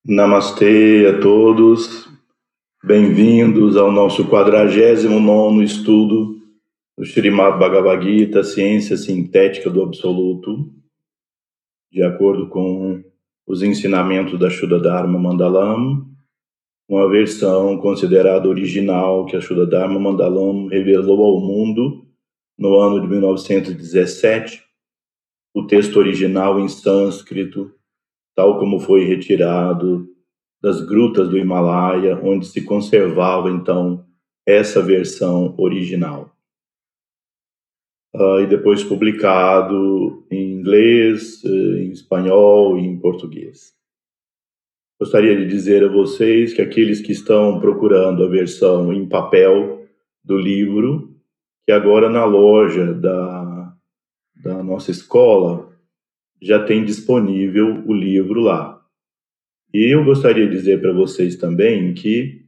Namastê a todos, bem-vindos ao nosso 49º estudo do Śrīmad Bhagavad Gita, Ciência Sintética do Absoluto, de acordo com os ensinamentos da Shuddha Dharma Mandalam, uma versão considerada original que a Shuddha Dharma Mandalam revelou ao mundo no ano de 1917, o texto original em sânscrito, tal como foi retirado das grutas do Himalaia, onde se conservava, então, essa versão original. E depois publicado em inglês, em espanhol e em português. Gostaria de dizer a vocês que aqueles que estão procurando a versão em papel do livro, que agora na loja da nossa escola, já tem disponível o livro lá. E eu gostaria de dizer para vocês também que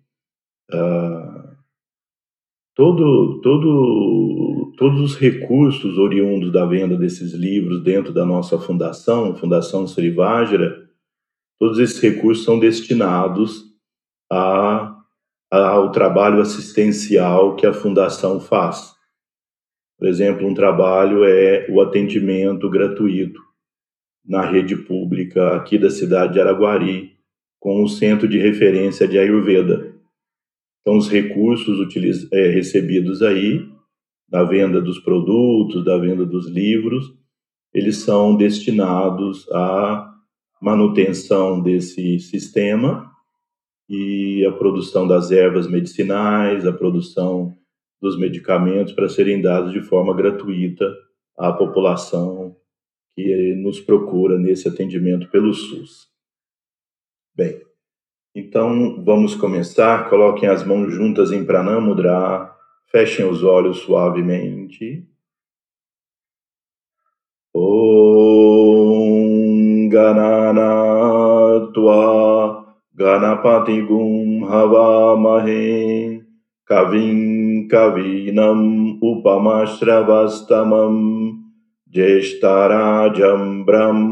todos os recursos oriundos da venda desses livros dentro da nossa fundação, Fundação Sri Vajra, todos esses recursos são destinados ao trabalho assistencial que a fundação faz. Por exemplo, um trabalho é o atendimento gratuito na rede pública aqui da cidade de Araguari, com o Centro de Referência de Ayurveda. Então, os recursos recebidos aí, da venda dos produtos, da venda dos livros, eles são destinados à manutenção desse sistema e à produção das ervas medicinais, à produção dos medicamentos para serem dados de forma gratuita à população que nos procura nesse atendimento pelo SUS. Bem, então vamos começar. Coloquem as mãos juntas em Pranam Mudra, fechem os olhos suavemente. Om Ganana Tva Ganapati Gum Havamahe Kavim Kavinam Upamashravastamam Jeshtarajam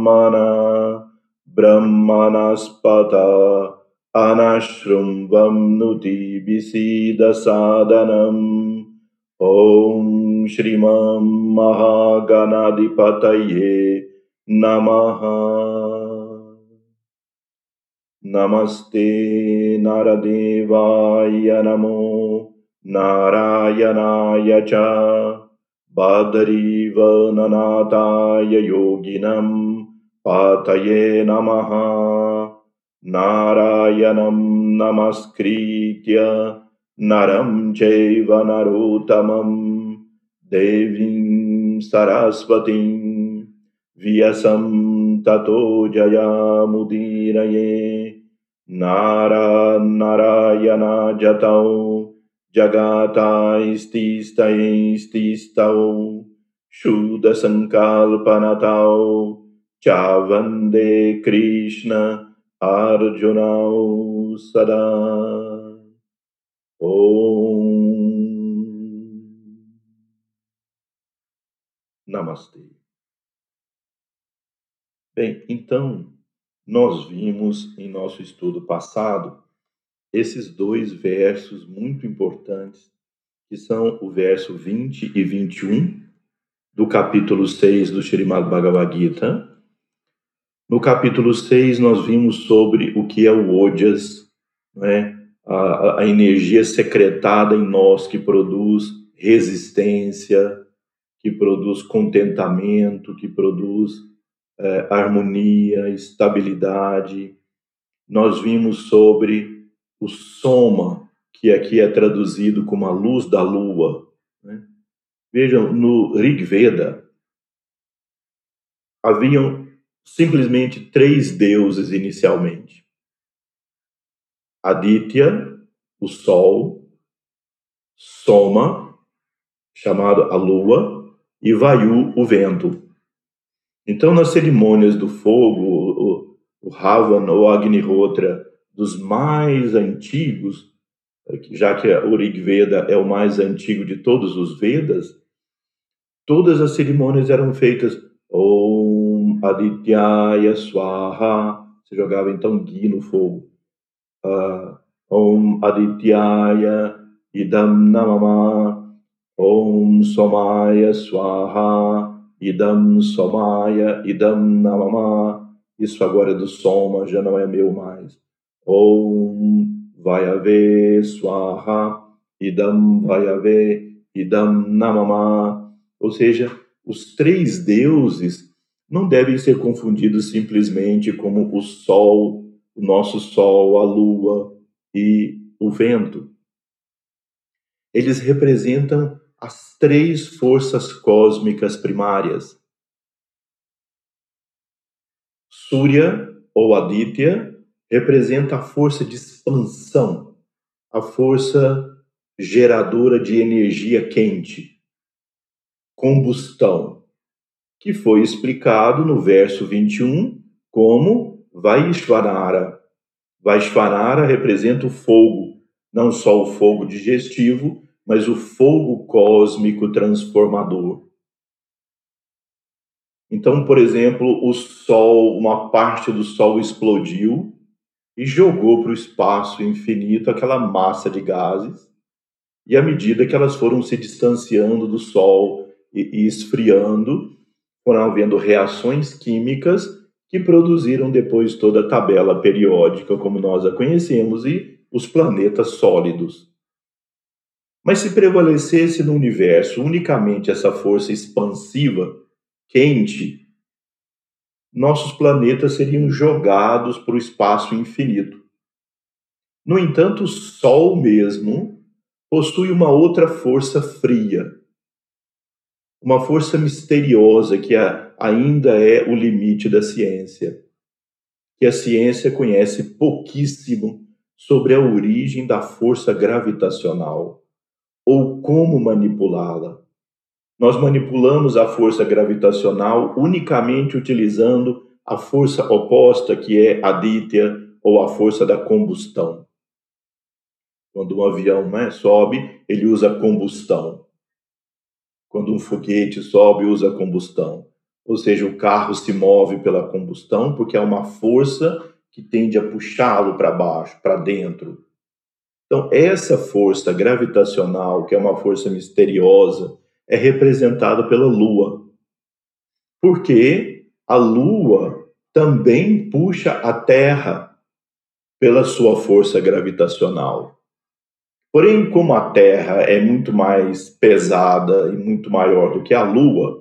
Brahmanaspata Anashrum Nuti Visida Sadhanam Om Shrimam Mahaganadipataye Namaha. Namaste Naradevaya Namo Narayanaya Cha Badariva Nanataya Yoginam Pataye Namaha. Narayanam Namaskritya Naram Chaiva Narotamam Devim Sarasvatim Vyasam Tato Jayamudiraye Narayana Jatau Jagata Ististau Shuddha Sankalpanatau Chavande Krishna Arjunau Sada. Om Namastê. Bem, então, nós vimos em nosso estudo passado esses dois versos muito importantes, que são o verso 20 e 21 do capítulo 6 do Śrīmad Bhagavad Gita. No capítulo 6, nós vimos sobre o que é o Ojas, né? A energia secretada em nós que produz resistência, que produz contentamento, que produz harmonia, estabilidade. Nós vimos sobre o Soma, que aqui é traduzido como a luz da lua, né? Vejam, no Rig Veda, haviam simplesmente 3 deuses inicialmente. Aditya, o Sol, Soma, chamado a Lua, e Vayu, o Vento. Então, nas cerimônias do fogo, o Ravana ou Agnihotra, dos mais antigos, já que o Rig Veda é o mais antigo de todos os Vedas, todas as cerimônias eram feitas Om Adityaya Swaha Você jogava então ghee no fogo. Om Adityaya Idam Namama Om Somaya Swaha Idam Somaya Idam Namama. Isso agora é do Soma, já não é meu mais. Om Vayave Swaha Idam Vayave Idam Namama. Ou seja, os três deuses não devem ser confundidos simplesmente como o Sol, o nosso Sol, a Lua e o vento. Eles representam as três forças cósmicas primárias. Surya, ou Aditya, representa a força de expansão, a força geradora de energia quente, combustão, que foi explicado no verso 21 como Vaishvanara. Vaishvanara representa o fogo, não só o fogo digestivo, mas o fogo cósmico transformador. Então, por exemplo, o Sol, uma parte do Sol explodiu e jogou para o espaço infinito aquela massa de gases, e à medida que elas foram se distanciando do Sol e esfriando, foram havendo reações químicas que produziram depois toda a tabela periódica como nós a conhecemos e os planetas sólidos. Mas se prevalecesse no universo unicamente essa força expansiva, quente, nossos planetas seriam jogados para o espaço infinito. No entanto, o Sol mesmo possui uma outra força fria, uma força misteriosa que ainda é o limite da ciência, que a ciência conhece pouquíssimo sobre a origem da força gravitacional ou como manipulá-la. Nós manipulamos a força gravitacional unicamente utilizando a força oposta, que é a Aditya, ou a força da combustão. Quando um avião sobe, ele usa combustão. Quando um foguete sobe, usa combustão. Ou seja, o carro se move pela combustão porque é uma força que tende a puxá-lo para baixo, para dentro. Então, essa força gravitacional, que é uma força misteriosa, é representada pela Lua. Porque a Lua também puxa a Terra pela sua força gravitacional. Porém, como a Terra é muito mais pesada e muito maior do que a Lua,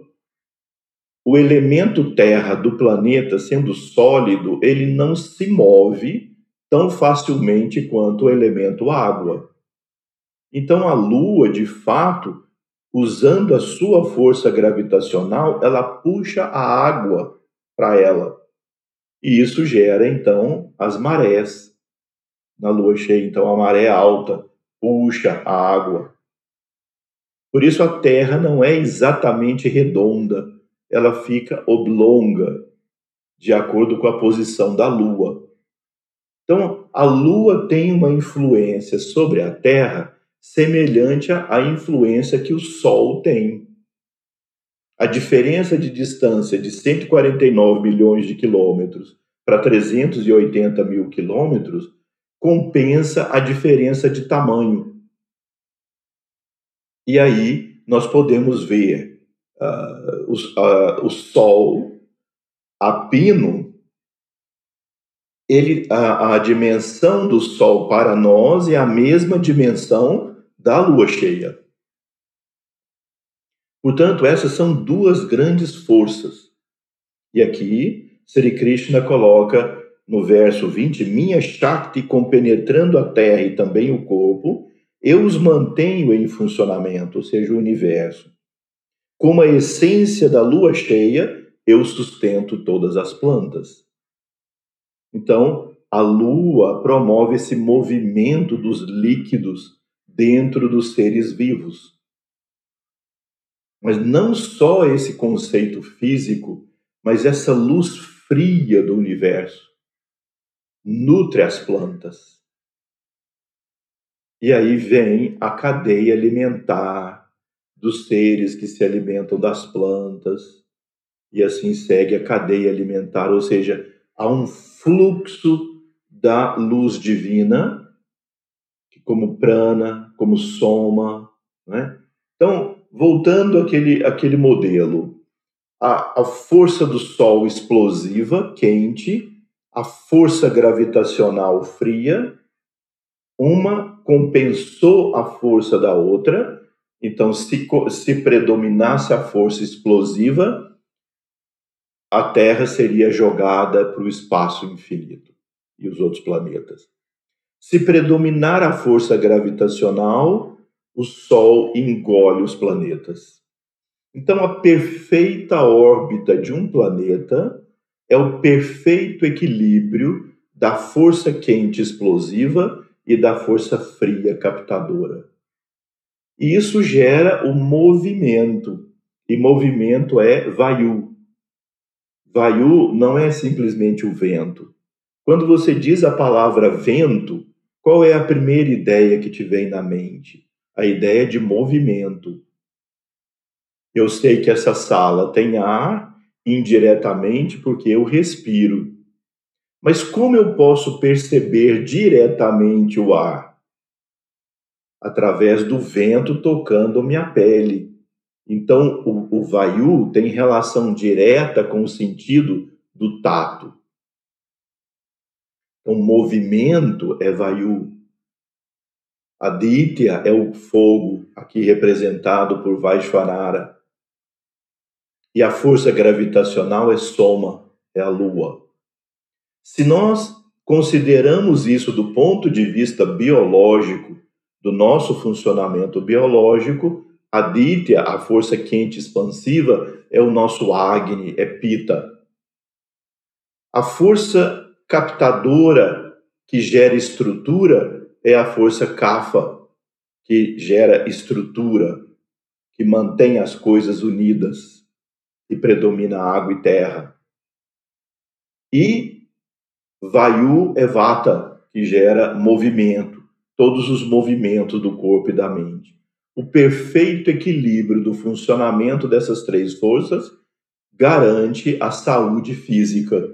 o elemento Terra do planeta, sendo sólido, ele não se move tão facilmente quanto o elemento água. Então, a Lua, de fato, usando a sua força gravitacional, ela puxa a água para ela. E isso gera, então, as marés. Na lua cheia, então, a maré alta puxa a água. Por isso, a Terra não é exatamente redonda, ela fica oblonga, de acordo com a posição da Lua. Então, a Lua tem uma influência sobre a Terra semelhante à influência que o Sol tem. A diferença de distância de 149 milhões de quilômetros para 380 mil quilômetros compensa a diferença de tamanho. E aí nós podemos ver o Sol, a pino, a dimensão do Sol para nós é a mesma dimensão da Lua cheia. Portanto, essas são duas grandes forças. E aqui, Sri Krishna coloca no verso 20, minha Shakti compenetrando a terra e também o corpo, eu os mantenho em funcionamento, ou seja, o universo. Como a essência da lua cheia, eu sustento todas as plantas. Então, a lua promove esse movimento dos líquidos dentro dos seres vivos. Mas não só esse conceito físico, mas essa luz fria do universo nutre as plantas. E aí vem a cadeia alimentar dos seres que se alimentam das plantas, e assim segue a cadeia alimentar, ou seja, há um fluxo da luz divina, como prana, como soma, né? Então, voltando àquele modelo, a força do Sol explosiva, quente, a força gravitacional fria, uma compensou a força da outra. Então, se predominasse a força explosiva, a Terra seria jogada para o espaço infinito e os outros planetas. Se predominar a força gravitacional, o Sol engole os planetas. Então, a perfeita órbita de um planeta é o perfeito equilíbrio da força quente explosiva e da força fria captadora. E isso gera o movimento. E movimento é Vayu. Vayu não é simplesmente o vento. Quando você diz a palavra vento, qual é a primeira ideia que te vem na mente? A ideia de movimento. Eu sei que essa sala tem ar indiretamente porque eu respiro. Mas como eu posso perceber diretamente o ar? Através do vento tocando minha pele. Então, o Vayu tem relação direta com o sentido do tato. O movimento é Vayu. Aditya é o fogo, aqui representado por Vaishvanara. E a força gravitacional é Soma, é a Lua. Se nós consideramos isso do ponto de vista biológico, do nosso funcionamento biológico, Aditya, a força quente expansiva, é o nosso Agni, é Pita. A força captadora que gera estrutura é a força Kapha, que gera estrutura, que mantém as coisas unidas e predomina água e terra. E Vayu é Vata, que gera movimento, todos os movimentos do corpo e da mente. O perfeito equilíbrio do funcionamento dessas três forças garante a saúde física,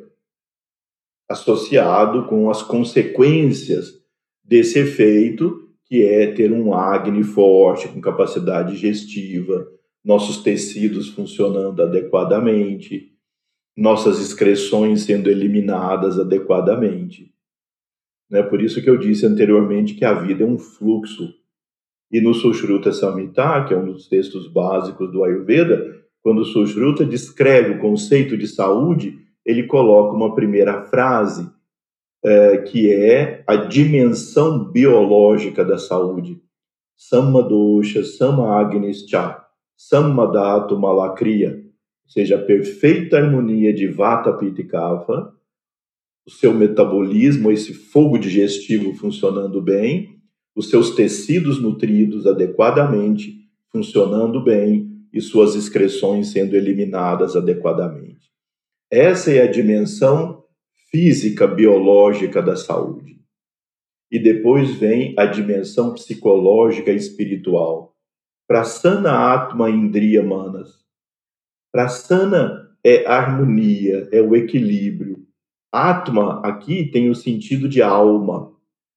associado com as consequências desse efeito, que é ter um Agni forte, com capacidade digestiva, nossos tecidos funcionando adequadamente, nossas excreções sendo eliminadas adequadamente. Por isso que eu disse anteriormente que a vida é um fluxo. E no Sushruta Samhita, que é um dos textos básicos do Ayurveda, quando o Sushruta descreve o conceito de saúde, ele coloca uma primeira frase, que é a dimensão biológica da saúde. Sammadosha, Samagnischa, Sammadhatu Malakriya, ou seja, a perfeita harmonia de Vata, Pitta e Kapha, o seu metabolismo, esse fogo digestivo funcionando bem, os seus tecidos nutridos adequadamente, funcionando bem, e suas excreções sendo eliminadas adequadamente. Essa é a dimensão física, biológica da saúde. E depois vem a dimensão psicológica e espiritual. Prasana Atma Indriya Manas. Prasana é harmonia, é o equilíbrio. Atma aqui tem o sentido de alma.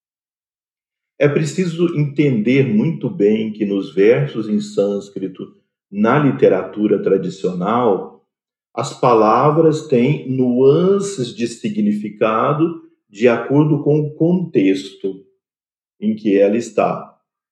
É preciso entender muito bem que nos versos em sânscrito, na literatura tradicional, as palavras têm nuances de significado de acordo com o contexto em que ela está.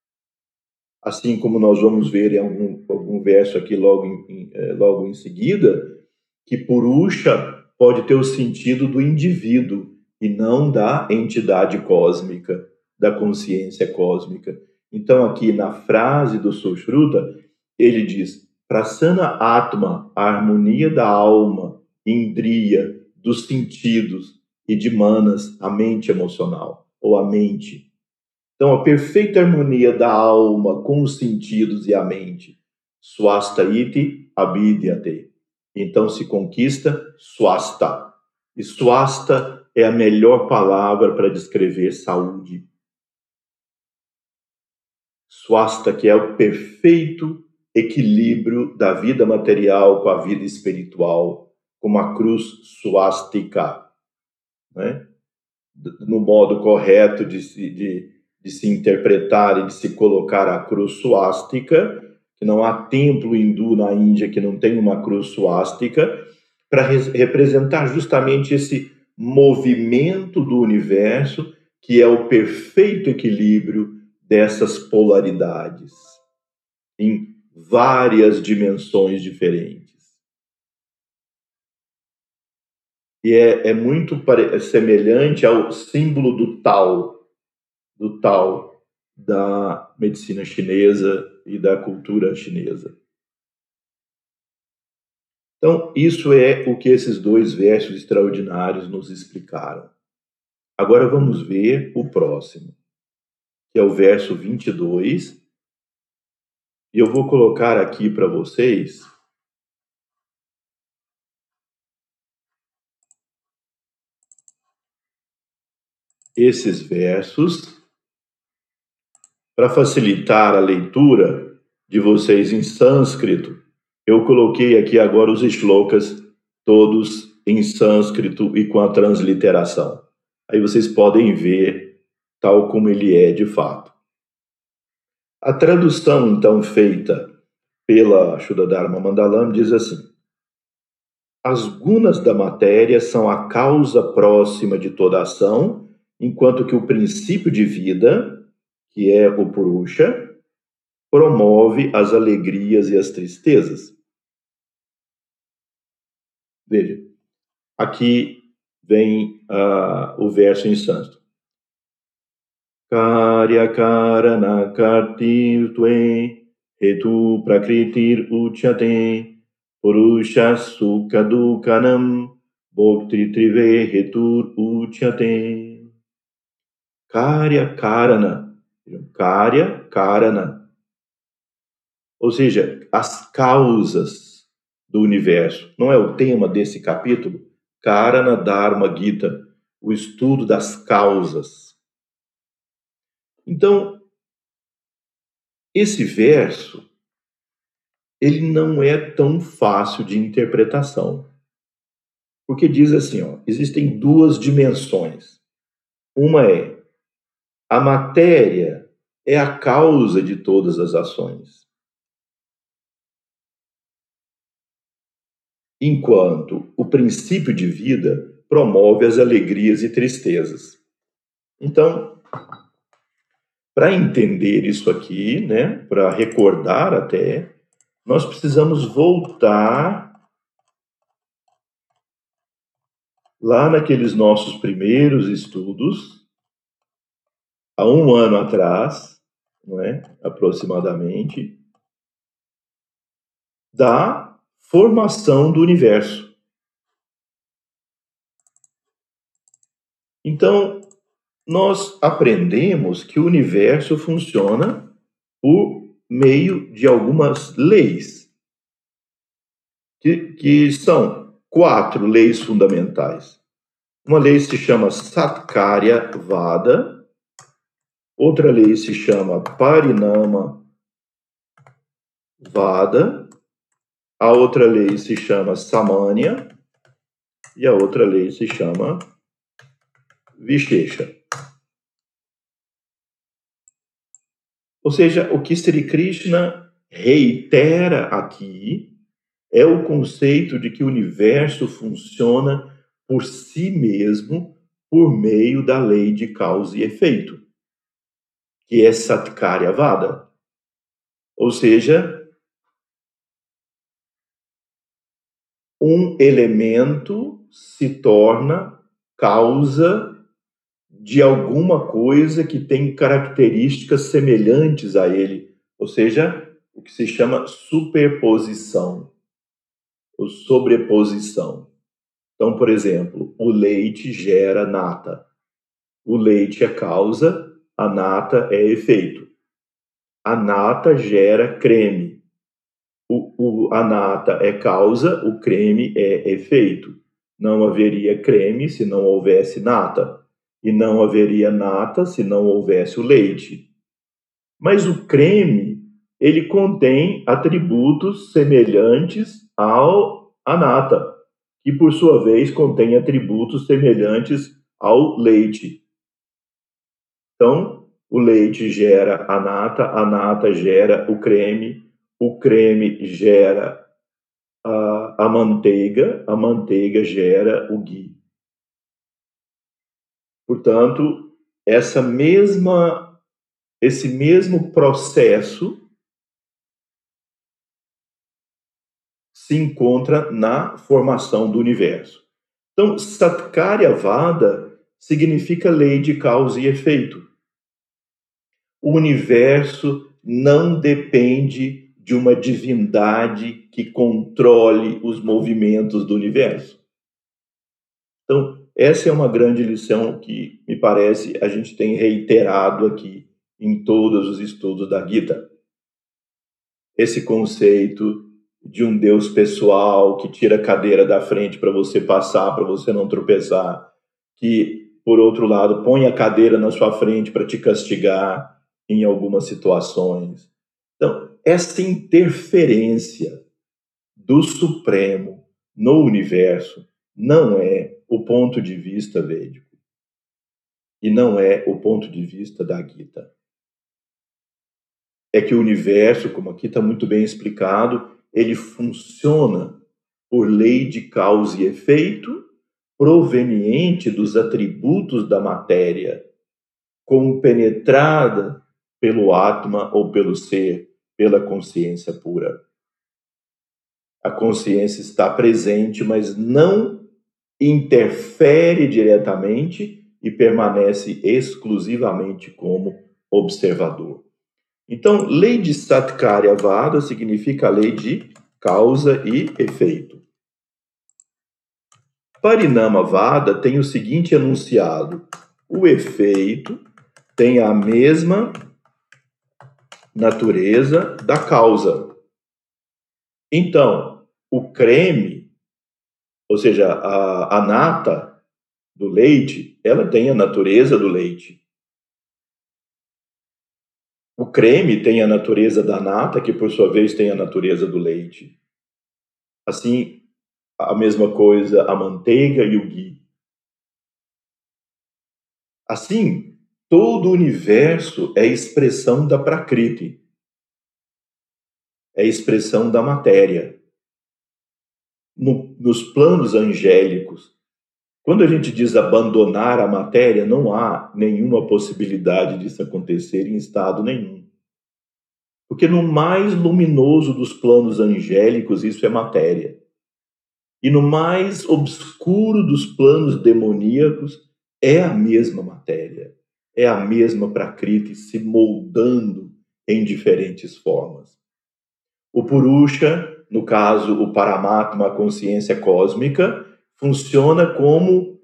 Assim como nós vamos ver em algum verso aqui logo em seguida, que Purusha pode ter o sentido do indivíduo e não da entidade cósmica, da consciência cósmica. Então, aqui na frase do Sushruta, ele diz: Prasana Atma, a harmonia da alma, Indriya, dos sentidos, e de Manas, a mente emocional, ou a mente. Então, a perfeita harmonia da alma com os sentidos e a mente. Swasta iti abhidyate. Então se conquista swasta. E swasta é a melhor palavra para descrever saúde. Swasta, que é o perfeito equilíbrio da vida material com a vida espiritual, como a cruz swastika. né, no modo correto de se interpretar e de se colocar a cruz suástica, que não há templo hindu na Índia que não tenha uma cruz suástica, para representar justamente esse movimento do universo, que é o perfeito equilíbrio dessas polaridades, em várias dimensões diferentes. E é muito semelhante ao símbolo do Tao da medicina chinesa e da cultura chinesa. Então, isso é o que esses dois versos extraordinários nos explicaram. Agora vamos ver o próximo, que é o verso 22. E eu vou colocar aqui para vocês esses versos para facilitar a leitura de vocês em sânscrito. Eu coloquei aqui agora os shlokas todos em sânscrito e com a transliteração. Aí vocês podem ver tal como ele é de fato. A tradução, então, feita pela Shuddharma Mandalam diz assim: as gunas da matéria são a causa próxima de toda ação, enquanto que o princípio de vida, que é o Purusha, promove as alegrias e as tristezas. Veja, aqui vem o verso em sânscrito. Karya karana kartirtve hetu prakritir uchate purusha sukha dukhanam bhoktitrive hetur uchate. Karya karana. Karya karana. Ou seja, as causas do universo. Não é o tema desse capítulo? Karana Dharma Gita, o estudo das causas. Então, esse verso, ele não é tão fácil de interpretação. Porque diz assim, existem duas dimensões. Uma é, a matéria é a causa de todas as ações. Enquanto o princípio de vida promove as alegrias e tristezas. Então, para entender isso aqui, né, para recordar até, nós precisamos voltar lá naqueles nossos primeiros estudos, há um ano atrás, não é, aproximadamente, da formação do universo. Então, nós aprendemos que o universo funciona por meio de algumas leis, que são 4 leis fundamentais. Uma lei se chama Satkarya Vada, outra lei se chama Parinama Vada, a outra lei se chama Samanya e a outra lei se chama Vishesha. Ou seja, o que Sri Krishna reitera aqui é o conceito de que o universo funciona por si mesmo, por meio da lei de causa e efeito, que é Satkarya Vada. Ou seja, um elemento se torna causa de alguma coisa que tem características semelhantes a ele, ou seja, o que se chama superposição ou sobreposição. Então, por exemplo, o leite gera nata. O leite é causa, a nata é efeito. A nata gera creme. A nata é causa, o creme é efeito. Não haveria creme se não houvesse nata. E não haveria nata se não houvesse o leite. Mas o creme, ele contém atributos semelhantes à nata, que por sua vez contém atributos semelhantes ao leite. Então, o leite gera a nata gera o creme gera a manteiga gera o ghee. Portanto, esse mesmo processo se encontra na formação do universo. Então, Satkaryavada significa lei de causa e efeito. O universo não depende de uma divindade que controle os movimentos do universo. Então, essa é uma grande lição que, me parece, a gente tem reiterado aqui em todos os estudos da Gita. Esse conceito de um Deus pessoal que tira a cadeira da frente para você passar, para você não tropeçar, que, por outro lado, põe a cadeira na sua frente para te castigar em algumas situações. Então, essa interferência do Supremo no universo não é o ponto de vista védico e não é o ponto de vista da Gita. É que o universo, como aqui está muito bem explicado, ele funciona por lei de causa e efeito proveniente dos atributos da matéria, compenetrada pelo Atma ou pelo ser, pela consciência pura. A consciência está presente, mas não interfere diretamente e permanece exclusivamente como observador. Então, lei de Satkaryavada significa a lei de causa e efeito. Parinamavada tem o seguinte enunciado: o efeito tem a mesma natureza da causa. Então, o creme, ou seja, a nata do leite, ela tem a natureza do leite. O creme tem a natureza da nata, que por sua vez tem a natureza do leite. Assim, a mesma coisa a manteiga e o ghee. Assim, todo o universo é expressão da Prakriti, é expressão da matéria. Nos planos angélicos, quando a gente diz abandonar a matéria, não há nenhuma possibilidade disso acontecer em estado nenhum. Porque no mais luminoso dos planos angélicos, isso é matéria. E no mais obscuro dos planos demoníacos, é a mesma matéria. É a mesma Prakriti se moldando em diferentes formas. O Purusha, no caso o Paramatma, a consciência cósmica, funciona como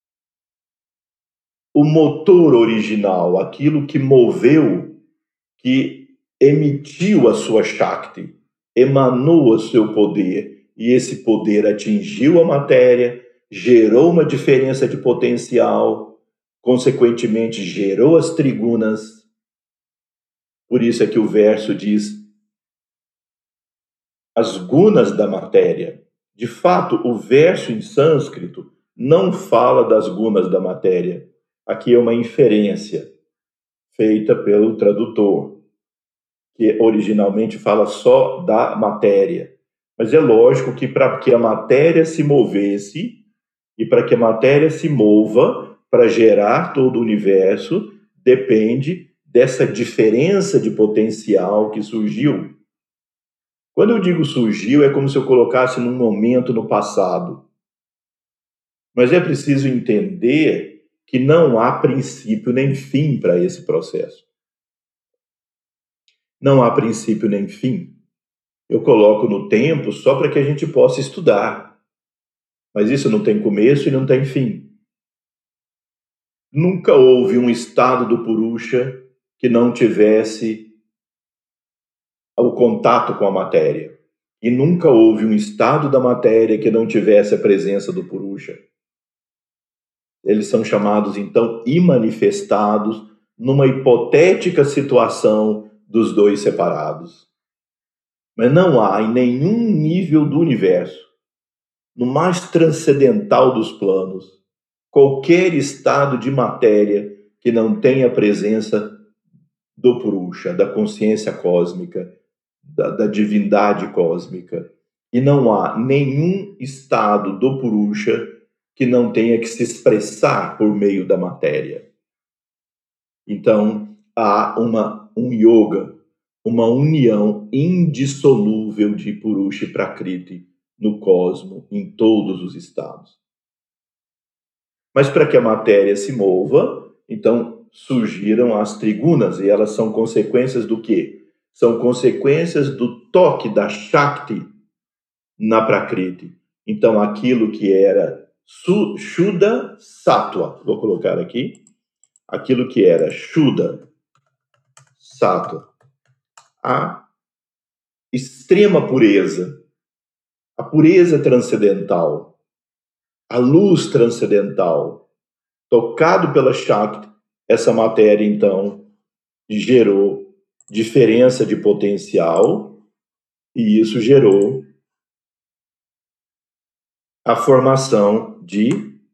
o motor original, aquilo que moveu, que emitiu a sua Shakti, emanou o seu poder, e esse poder atingiu a matéria, gerou uma diferença de potencial, consequentemente gerou as trigunas. Por isso é que o verso diz as gunas da matéria. De fato, o verso em sânscrito não fala das gunas da matéria. Aqui é uma inferência feita pelo tradutor, que originalmente fala só da matéria. Mas é lógico que para que a matéria se movesse e para que a matéria se mova para gerar todo o universo, depende dessa diferença de potencial que surgiu. Quando eu digo surgiu, é como se eu colocasse num momento no passado. Mas é preciso entender que não há princípio nem fim para esse processo. Não há princípio nem fim. Eu coloco no tempo só para que a gente possa estudar. Mas isso não tem começo e não tem fim. Nunca houve um estado do Purusha que não tivesse o contato com a matéria. E nunca houve um estado da matéria que não tivesse a presença do Purusha. Eles são chamados, então, imanifestados numa hipotética situação dos dois separados. Mas não há em nenhum nível do universo, no mais transcendental dos planos, qualquer estado de matéria que não tenha a presença do Purusha, da consciência cósmica, da divindade cósmica. E não há nenhum estado do Purusha que não tenha que se expressar por meio da matéria. Então, há um yoga, uma união indissolúvel de Purusha e Prakriti no cosmos, em todos os estados. Mas para que a matéria se mova, então surgiram as trigunas, e elas são consequências do quê? São consequências do toque da Shakti na Prakriti. Então, aquilo que era Shuddha Sattva, vou colocar aqui, aquilo que era Shuddha Sattva, a extrema pureza, a pureza transcendental, a luz transcendental, tocado pela Shakti, essa matéria, então, gerou diferença de potencial, e isso gerou a formação de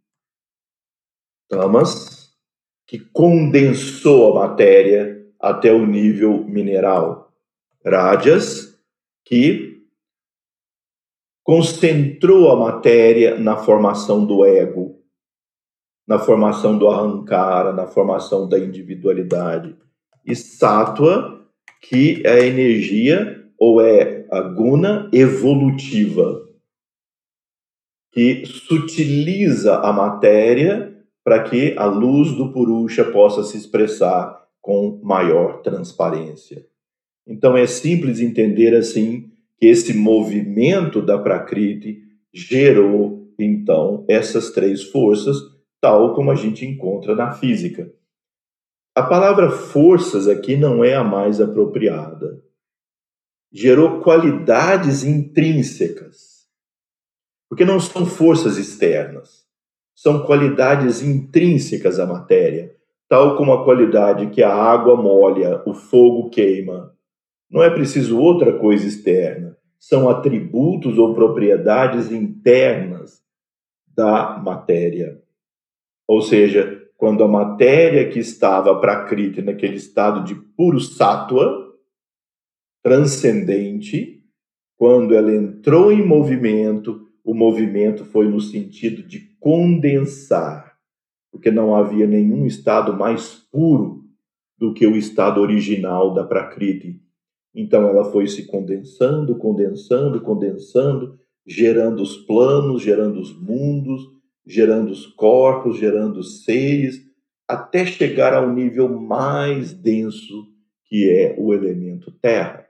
tamas, que condensou a matéria até o nível mineral. Rajas, que concentrou a matéria na formação do ego, na formação do ahankara, na formação da individualidade. E Sattva, que é a energia, ou é a guna evolutiva, que sutiliza a matéria para que a luz do Purusha possa se expressar com maior transparência. Então é simples entender assim que esse movimento da Prakriti gerou então essas três forças, tal como a gente encontra na física. A palavra forças aqui não é a mais apropriada. Gerou qualidades intrínsecas, porque não são forças externas, são qualidades intrínsecas à matéria, tal como a qualidade que a água molha, o fogo queima. Não é preciso outra coisa externa, são atributos ou propriedades internas da matéria. Ou seja, quando a matéria que estava Prakriti naquele estado de puro sattva, transcendente, quando ela entrou em movimento, o movimento foi no sentido de condensar, porque não havia nenhum estado mais puro do que o estado original da Prakriti. Então ela foi se condensando, condensando, condensando, gerando os planos, gerando os mundos, gerando os corpos, gerando os seres, até chegar ao nível mais denso, que é o elemento terra.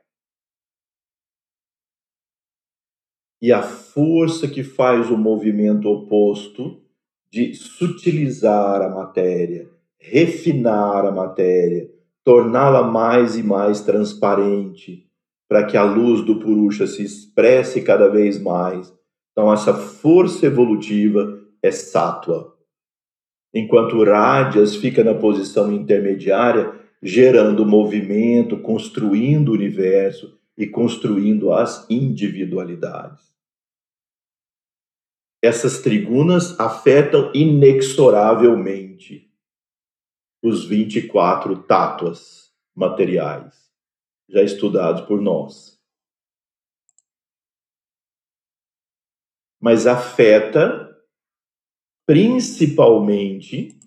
E a força que faz o movimento oposto de sutilizar a matéria, refinar a matéria, torná-la mais e mais transparente, para que a luz do Purusha se expresse cada vez mais. Então, essa força evolutiva é Sattva. Enquanto Rajas fica na posição intermediária, gerando movimento, construindo o universo e construindo as individualidades. Essas trigunas afetam inexoravelmente os 24 tátuas materiais, já estudados por nós. Mas afeta principalmente,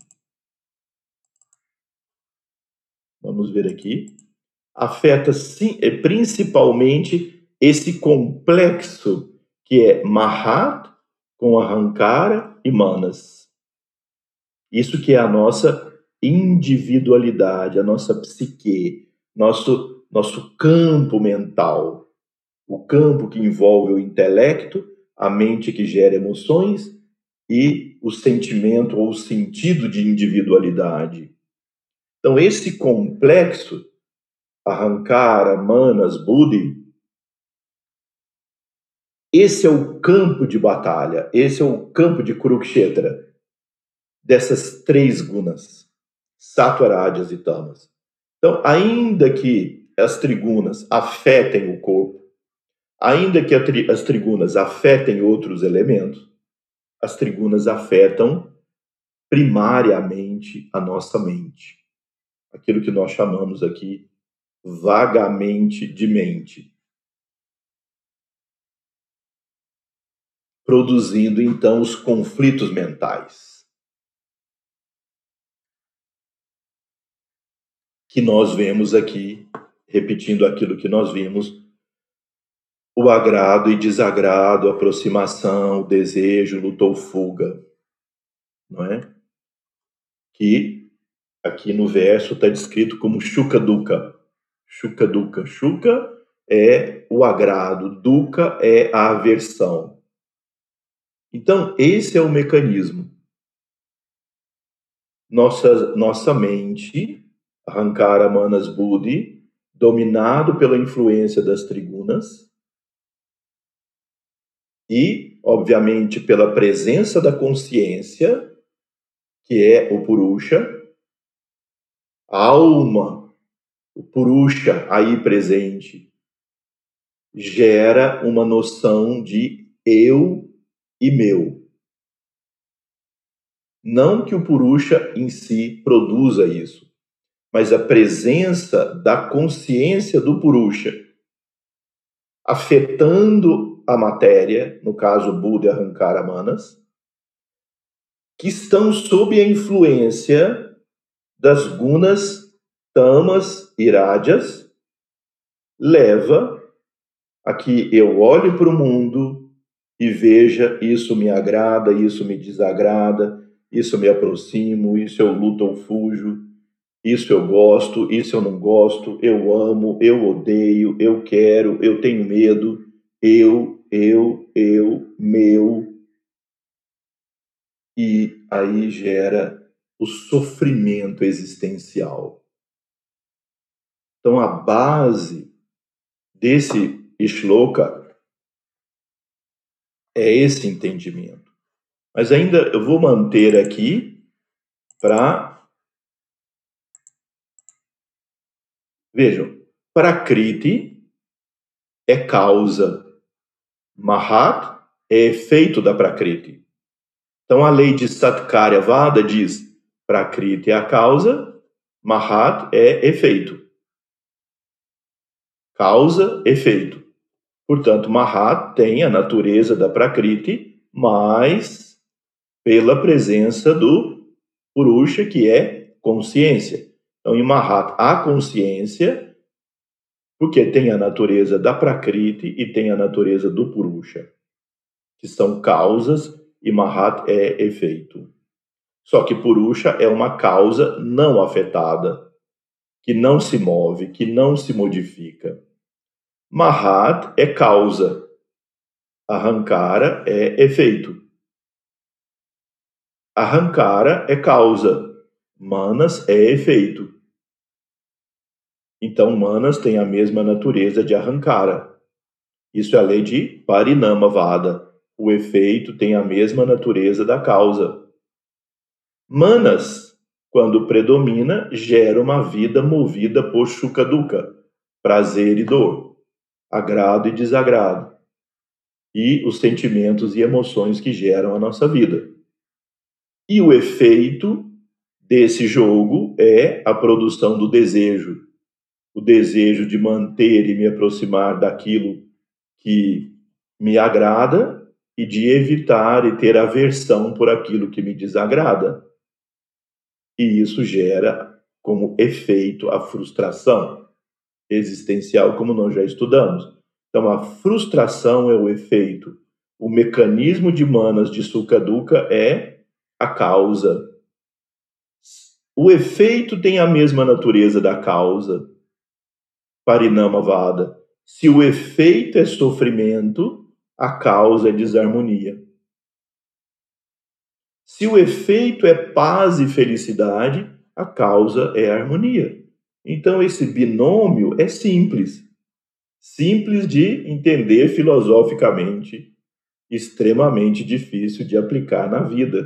vamos ver aqui, afeta principalmente esse complexo que é Mahat com Ahankara e Manas. Isso que é a nossa individualidade, a nossa psique, nosso campo mental, o campo que envolve o intelecto, a mente que gera emoções e o sentimento ou o sentido de individualidade. Então, esse complexo, Ahankara, Manas, Buddhi, esse é o campo de batalha, esse é o campo de Kurukshetra, dessas três gunas, Sattva, Rajas e Tamas. Então, ainda que as trigunas afetem o corpo, ainda que as trigunas afetem outros elementos, as trigunas afetam primariamente a nossa mente. Aquilo que nós chamamos aqui vagamente de mente. Produzindo, então, os conflitos mentais. Que nós vemos aqui, repetindo aquilo que nós vimos, o agrado e desagrado, a aproximação, o desejo, luta ou fuga, não é? Que aqui no verso está descrito como Shuka Dukkha. Shuka Dukkha. Shuka é o agrado, Dukkha é a aversão. Então, esse é o mecanismo. Nossa mente, Ahankara Manas Buddhi, dominado pela influência das trigunas e, obviamente, pela presença da consciência, que é o Purusha, a alma, o Purusha aí presente, gera uma noção de eu e meu. Não que o Purusha em si produza isso, mas a presença da consciência do Purusha afetando a matéria, no caso Buddha e Ahankara Manas, que estão sob a influência das gunas, tamas e rádias, leva a que eu olhe para o mundo e veja isso me agrada, isso me desagrada, isso me aproximo, isso eu luto ou fujo, isso eu gosto, isso eu não gosto, eu amo, eu odeio, eu quero, eu tenho medo, meu. E aí gera o sofrimento existencial. Então, a base desse shloka é esse entendimento. Mas ainda eu vou manter aqui para... Vejam, Prakriti é causa, Mahat é efeito da Prakriti. Então, a lei de Satkarya Vada diz Prakriti é a causa, Mahat é efeito. Causa, efeito. Portanto, Mahat tem a natureza da Prakriti, mas pela presença do Purusha, que é consciência. Então, em Mahat há consciência, porque tem a natureza da Prakriti e tem a natureza do Purusha, que são causas, e Mahat é efeito. Só que Purusha é uma causa não afetada, que não se move, que não se modifica. Mahat é causa, Ahankara é efeito. Ahankara é causa, Manas é efeito. Então, Manas tem a mesma natureza de Ahankara. Isso é a lei de Parinamavada. O efeito tem a mesma natureza da causa. Manas, quando predomina, gera uma vida movida por Shuka Dukkha, prazer e dor, agrado e desagrado, e os sentimentos e emoções que geram a nossa vida. E o efeito desse jogo é a produção do desejo, o desejo de manter e me aproximar daquilo que me agrada e de evitar e ter aversão por aquilo que me desagrada. E isso gera como efeito a frustração existencial, como nós já estudamos. Então, a frustração é o efeito. O mecanismo de Manas de Sukha Dukkha é a causa. O efeito tem a mesma natureza da causa, Parinamavada. Se o efeito é sofrimento, a causa é desarmonia. Se o efeito é paz e felicidade, a causa é harmonia. Então, esse binômio é simples. Simples de entender filosoficamente, extremamente difícil de aplicar na vida.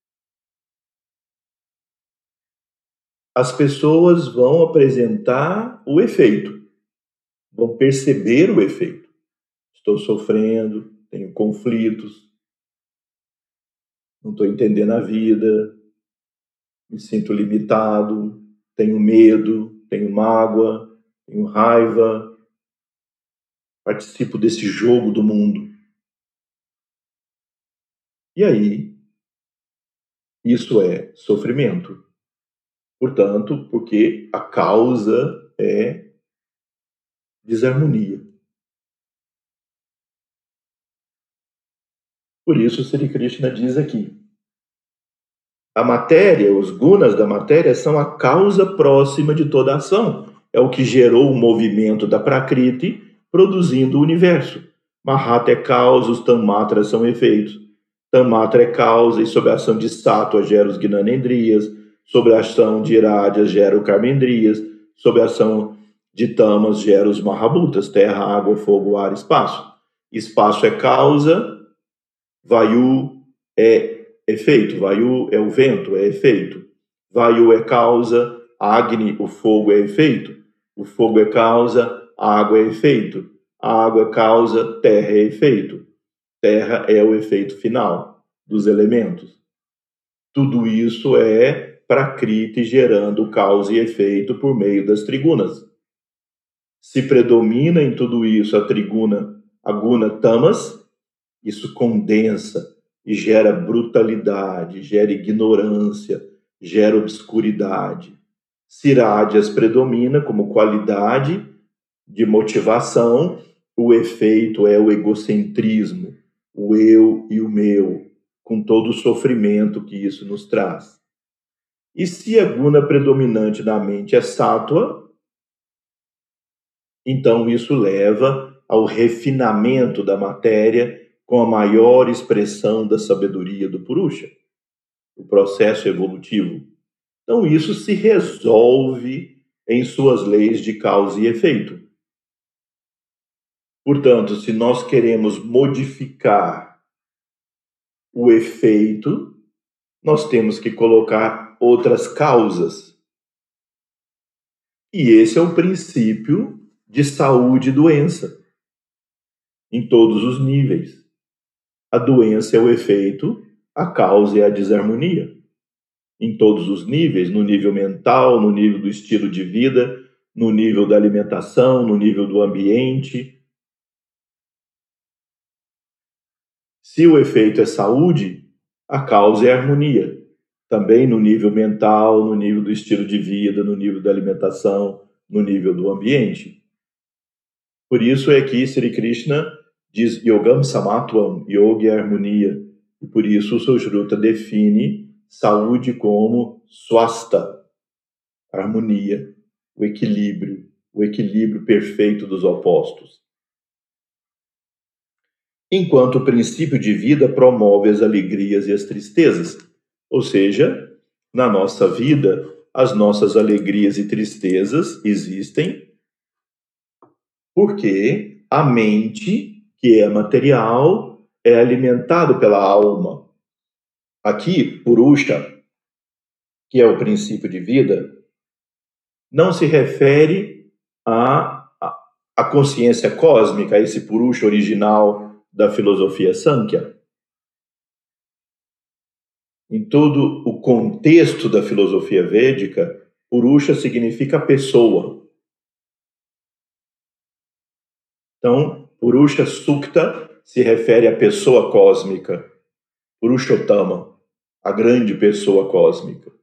As pessoas vão apresentar o efeito, vão perceber o efeito. Estou sofrendo, tenho conflitos, não estou entendendo a vida, me sinto limitado, tenho medo, tenho mágoa, tenho raiva, participo desse jogo do mundo. E aí, isso é sofrimento. Portanto, porque a causa é desarmonia. Por isso, Sri Krishna diz aqui: a matéria, os gunas da matéria, são a causa próxima de toda ação. É o que gerou o movimento da Prakriti, produzindo o universo. Mahata é causa, os Tanmatras são efeitos. Tanmatra é causa, e sob a ação de Sattva gera os Gnanendriyas, sob a ação de Rajas gera o Karmendriyas, sob a ação de Tamas gera os Mahabhutas, terra, água, fogo, ar, espaço. Espaço é causa, Vayu é efeito, Vayu é o vento, é efeito. Vayu é causa, Agni, o fogo, é efeito. O fogo é causa, a água é efeito. A água é causa, terra é efeito. Terra é o efeito final dos elementos. Tudo isso é Prakriti gerando causa e efeito por meio das trigunas. Se predomina em tudo isso a triguna, a guna tamas, isso condensa e gera brutalidade, gera ignorância, gera obscuridade. Sirádias predomina como qualidade de motivação, o efeito é o egocentrismo, o eu e o meu, com todo o sofrimento que isso nos traz. E se a guna predominante na mente é sátua, então isso leva ao refinamento da matéria com a maior expressão da sabedoria do Purusha, o processo evolutivo. Então isso se resolve em suas leis de causa e efeito. Portanto, se nós queremos modificar o efeito, nós temos que colocar outras causas. E esse é o princípio de saúde e doença, em todos os níveis. A doença é o efeito, a causa é a desarmonia. Em todos os níveis, no nível mental, no nível do estilo de vida, no nível da alimentação, no nível do ambiente. Se o efeito é saúde, a causa é harmonia. Também no nível mental, no nível do estilo de vida, no nível da alimentação, no nível do ambiente. Por isso é que Sri Krishna diz Yogam Samatvam, yoga é harmonia. E por isso o Sushruta define saúde como swasta, harmonia, o equilíbrio perfeito dos opostos. Enquanto o princípio de vida promove as alegrias e as tristezas. Ou seja, na nossa vida, as nossas alegrias e tristezas existem porque a mente, que é material, é alimentada pela alma. Aqui, Purusha, que é o princípio de vida, não se refere à consciência cósmica, a esse Purusha original da filosofia Sankhya. Em todo o contexto da filosofia védica, Purusha significa pessoa. Então, Purusha Sukta se refere à pessoa cósmica, Purushottama, a grande pessoa cósmica.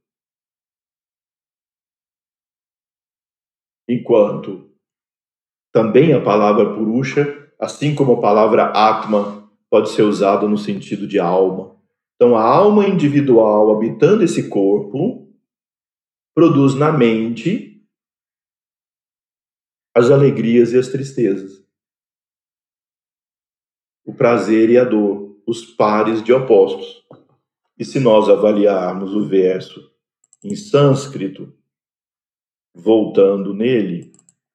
Enquanto também a palavra Purusha, assim como a palavra Atma, pode ser usada no sentido de alma. Então, a alma individual habitando esse corpo produz na mente as alegrias e as tristezas, o prazer e a dor, os pares de opostos. E se nós avaliarmos o verso em sânscrito, voltando nele,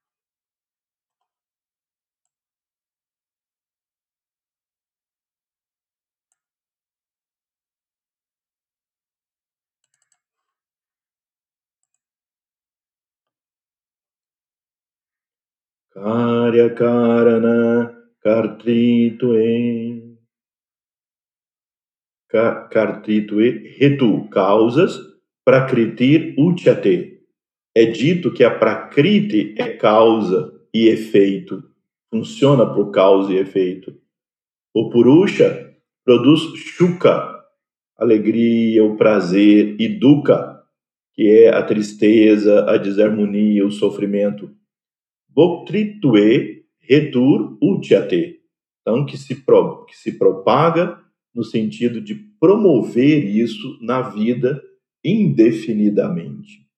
Karya Karana Kartritue Kartritue Hetu, causas, Prakritir Uchyate. É dito que a Prakriti é causa e efeito, funciona por causa e efeito. O Purusha produz Shuka, alegria, o prazer, e Dukkha, que é a tristeza, a desarmonia, o sofrimento. Boktritve retur uchyate. Então, que se propaga no sentido de promover isso na vida indefinidamente.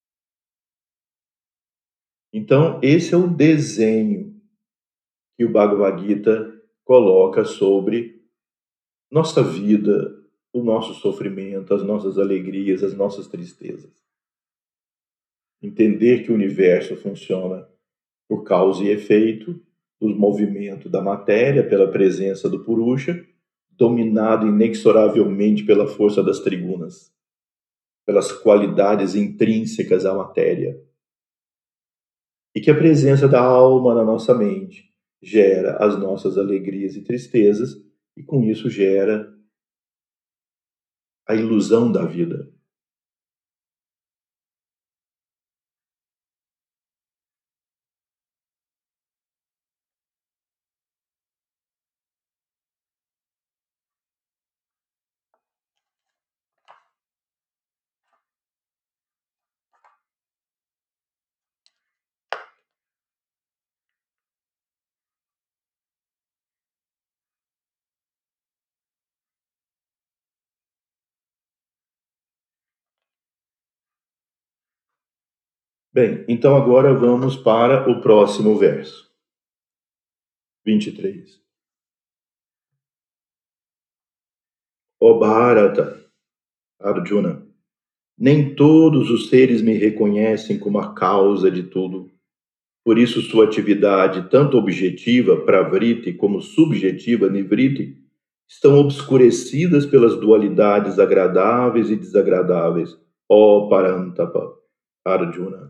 Então, esse é o desenho que o Bhagavad Gita coloca sobre nossa vida, o nosso sofrimento, as nossas alegrias, as nossas tristezas. Entender que o universo funciona por causa e efeito dos movimentos da matéria, pela presença do Purusha, dominado inexoravelmente pela força das trigunas, pelas qualidades intrínsecas à matéria. E que a presença da alma na nossa mente gera as nossas alegrias e tristezas, e com isso gera a ilusão da vida. Bem, então agora vamos para o próximo verso. 23. Ó Bharata, Arjuna, nem todos os seres me reconhecem como a causa de tudo. Por isso, sua atividade, tanto objetiva, pravriti, como subjetiva, nivriti, estão obscurecidas pelas dualidades agradáveis e desagradáveis. Ó Parantapa, Arjuna.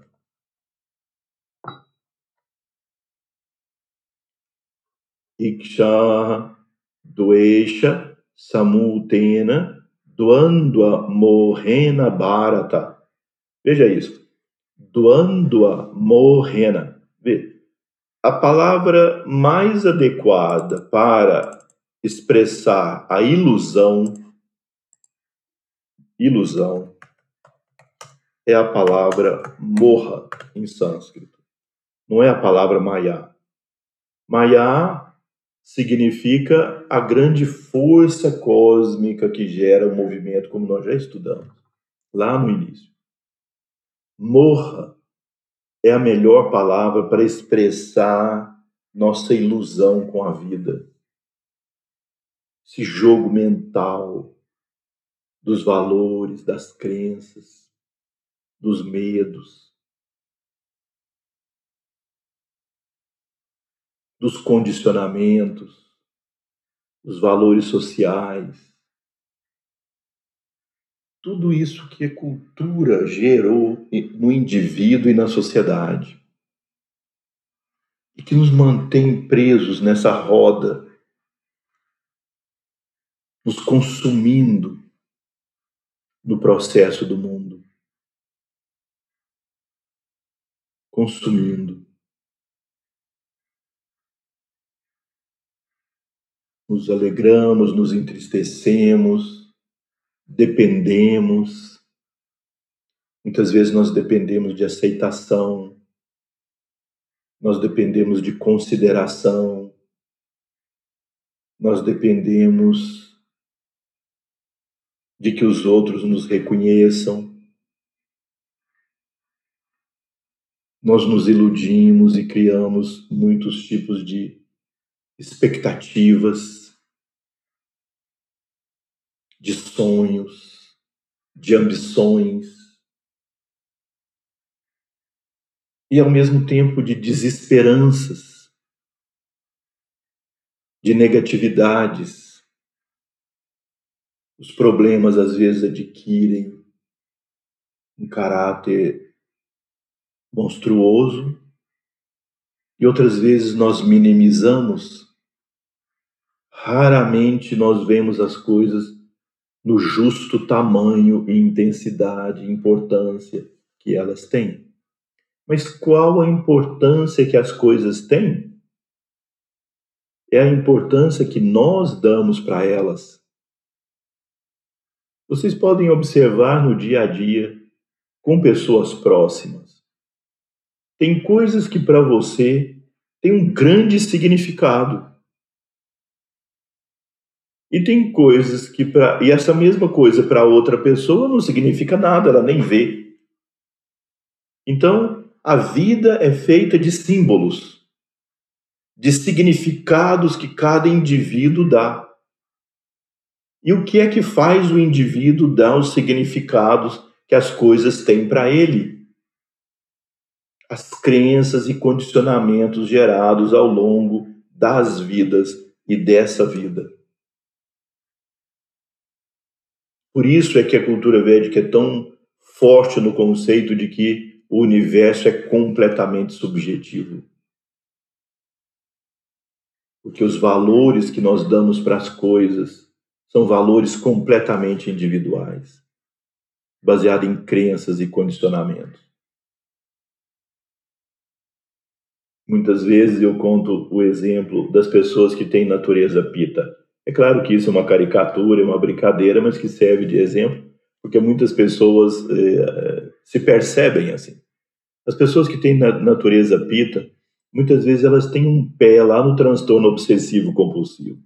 Iksha, Dvesha, Samutena, Dvandva, Mohena, Bharata. Veja isso. Dvandva, Mohena. Veja. A palavra mais adequada para expressar a ilusão é a palavra moha em sânscrito. Não é a palavra maya. Maya significa a grande força cósmica que gera o movimento, como nós já estudamos lá no início. Moha é a melhor palavra para expressar nossa ilusão com a vida. Esse jogo mental dos valores, das crenças, dos medos, dos condicionamentos, dos valores sociais. Tudo isso que a cultura gerou no indivíduo e na sociedade. E que nos mantém presos nessa roda, nos consumindo no processo do mundo. Consumindo. Nos alegramos, nos entristecemos, dependemos. Muitas vezes nós dependemos de aceitação, nós dependemos de consideração, nós dependemos de que os outros nos reconheçam. Nós nos iludimos e criamos muitos tipos de expectativas, de sonhos, de ambições, e ao mesmo tempo de desesperanças, de negatividades. Os problemas às vezes adquirem um caráter monstruoso e outras vezes nós minimizamos. Raramente nós vemos as coisas no justo tamanho e intensidade e importância que elas têm. Mas qual a importância que as coisas têm? É a importância que nós damos para elas. Vocês podem observar no dia a dia, com pessoas próximas. Tem coisas que para você têm um grande significado. E tem coisas que e essa mesma coisa para outra pessoa não significa nada, ela nem vê. Então, a vida é feita de símbolos, de significados que cada indivíduo dá. E o que é que faz o indivíduo dar os significados que as coisas têm para ele? As crenças e condicionamentos gerados ao longo das vidas e dessa vida. Por isso é que a cultura védica é tão forte no conceito de que o universo é completamente subjetivo. Porque os valores que nós damos para as coisas são valores completamente individuais, baseados em crenças e condicionamentos. Muitas vezes eu conto o exemplo das pessoas que têm natureza pita. É claro que isso é uma caricatura, é uma brincadeira, mas que serve de exemplo, porque muitas pessoas se percebem assim. As pessoas que têm natureza pita, muitas vezes elas têm um pé lá no transtorno obsessivo compulsivo.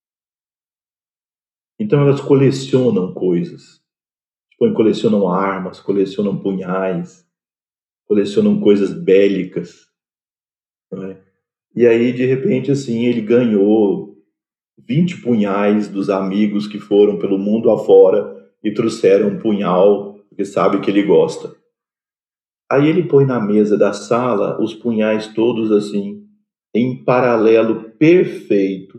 Então elas colecionam coisas. Colecionam armas, colecionam punhais, colecionam coisas bélicas. Não é? E aí, de repente, assim, ele ganhou 20 punhais dos amigos que foram pelo mundo afora e trouxeram um punhal, porque sabe que ele gosta. Aí ele põe na mesa da sala os punhais todos assim, em paralelo perfeito,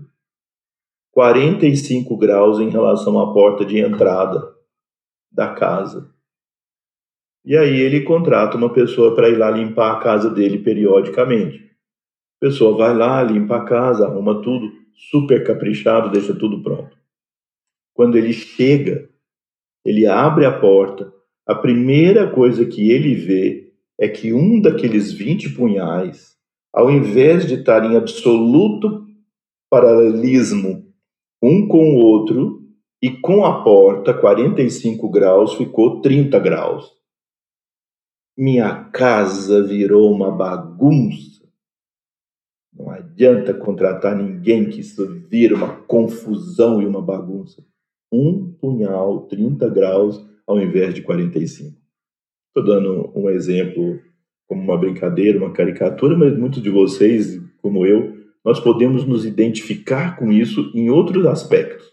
45 graus em relação à porta de entrada da casa. E aí ele contrata uma pessoa para ir lá limpar a casa dele periodicamente. A pessoa vai lá, limpa a casa, arruma tudo, super caprichado, deixa tudo pronto. Quando ele chega, ele abre a porta, a primeira coisa que ele vê é que um daqueles 20 punhais, ao invés de estar em absoluto paralelismo um com o outro, e com a porta 45 graus, ficou 30 graus. Minha casa virou uma bagunça. Não adianta contratar ninguém que isso vira uma confusão e uma bagunça. Um punhal, 30 graus, ao invés de 45. Estou dando um exemplo como uma brincadeira, uma caricatura, mas muitos de vocês, como eu, nós podemos nos identificar com isso em outros aspectos.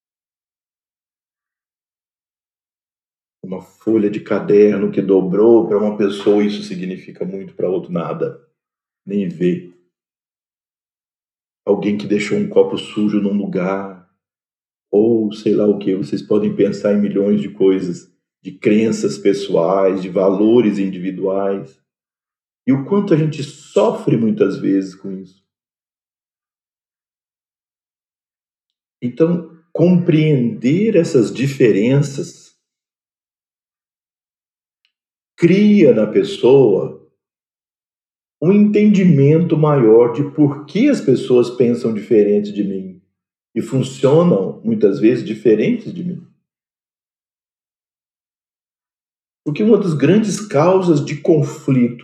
Uma folha de caderno que dobrou para uma pessoa, isso significa muito, para outro nada. Nem vê. Alguém que deixou um copo sujo num lugar, ou sei lá o que, vocês podem pensar em milhões de coisas, de crenças pessoais, de valores individuais, e o quanto a gente sofre muitas vezes com isso. Então, compreender essas diferenças cria na pessoa um entendimento maior de por que as pessoas pensam diferente de mim e funcionam, muitas vezes, diferentes de mim. Porque uma das grandes causas de conflito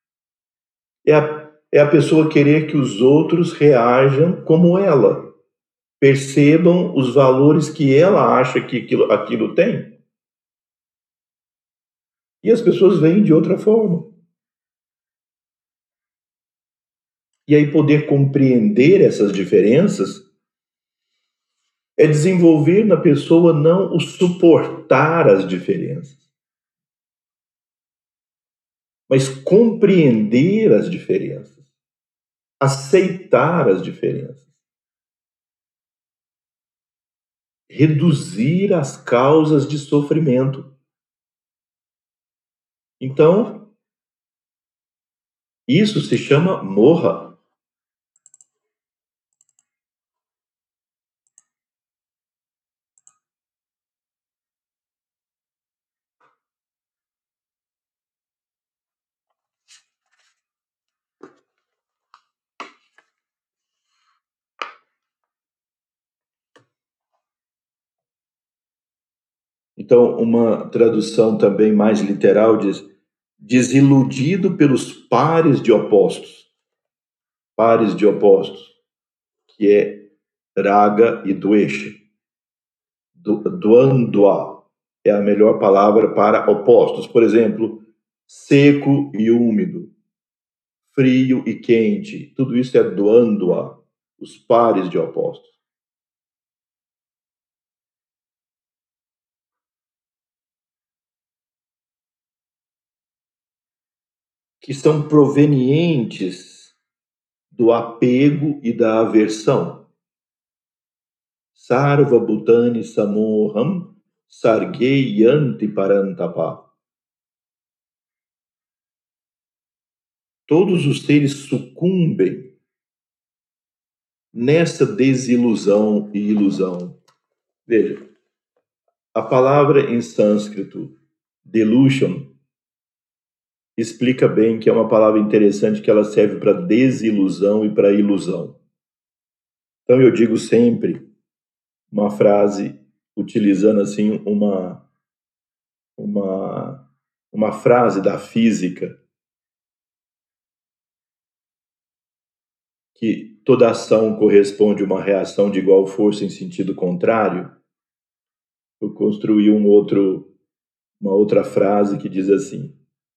é a pessoa querer que os outros reajam como ela, percebam os valores que ela acha que aquilo tem. E as pessoas veem de outra forma. E aí poder compreender essas diferenças é desenvolver na pessoa não o suportar as diferenças, mas compreender as diferenças, aceitar as diferenças, reduzir as causas de sofrimento. Então, isso se chama morra. Então, uma tradução também mais literal diz: desiludido pelos pares de opostos, que é raga e dvesha. Dvandva é a melhor palavra para opostos. Por exemplo, seco e úmido, frio e quente. Tudo isso é dvandva, os pares de opostos. Que são provenientes do apego e da aversão. Sarva Bhutani Samoham Sarge Yanti Parantapa. Todos os seres sucumbem nessa desilusão e ilusão. Veja, a palavra em sânscrito, delusion, explica bem que é uma palavra interessante, que ela serve para desilusão e para ilusão. Então eu digo sempre uma frase utilizando assim uma frase da física, que toda ação corresponde a uma reação de igual força em sentido contrário. Eu construí uma outra frase que diz assim: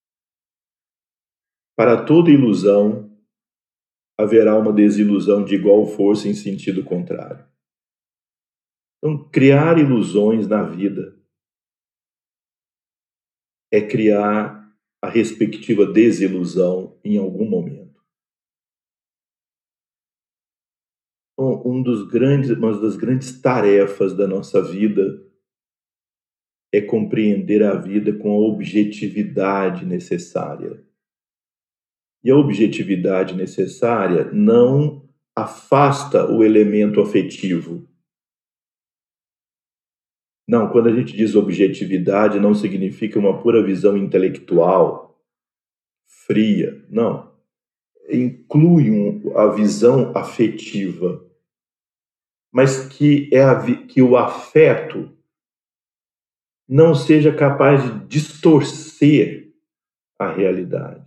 para toda ilusão haverá uma desilusão de igual força em sentido contrário. Então, criar ilusões na vida é criar a respectiva desilusão em algum momento. Então, uma das grandes tarefas da nossa vida é compreender a vida com a objetividade necessária. E a objetividade necessária não afasta o elemento afetivo. Não, quando a gente diz objetividade, não significa uma pura visão intelectual, fria. Não. Inclui a visão afetiva, mas que o afeto não seja capaz de distorcer a realidade.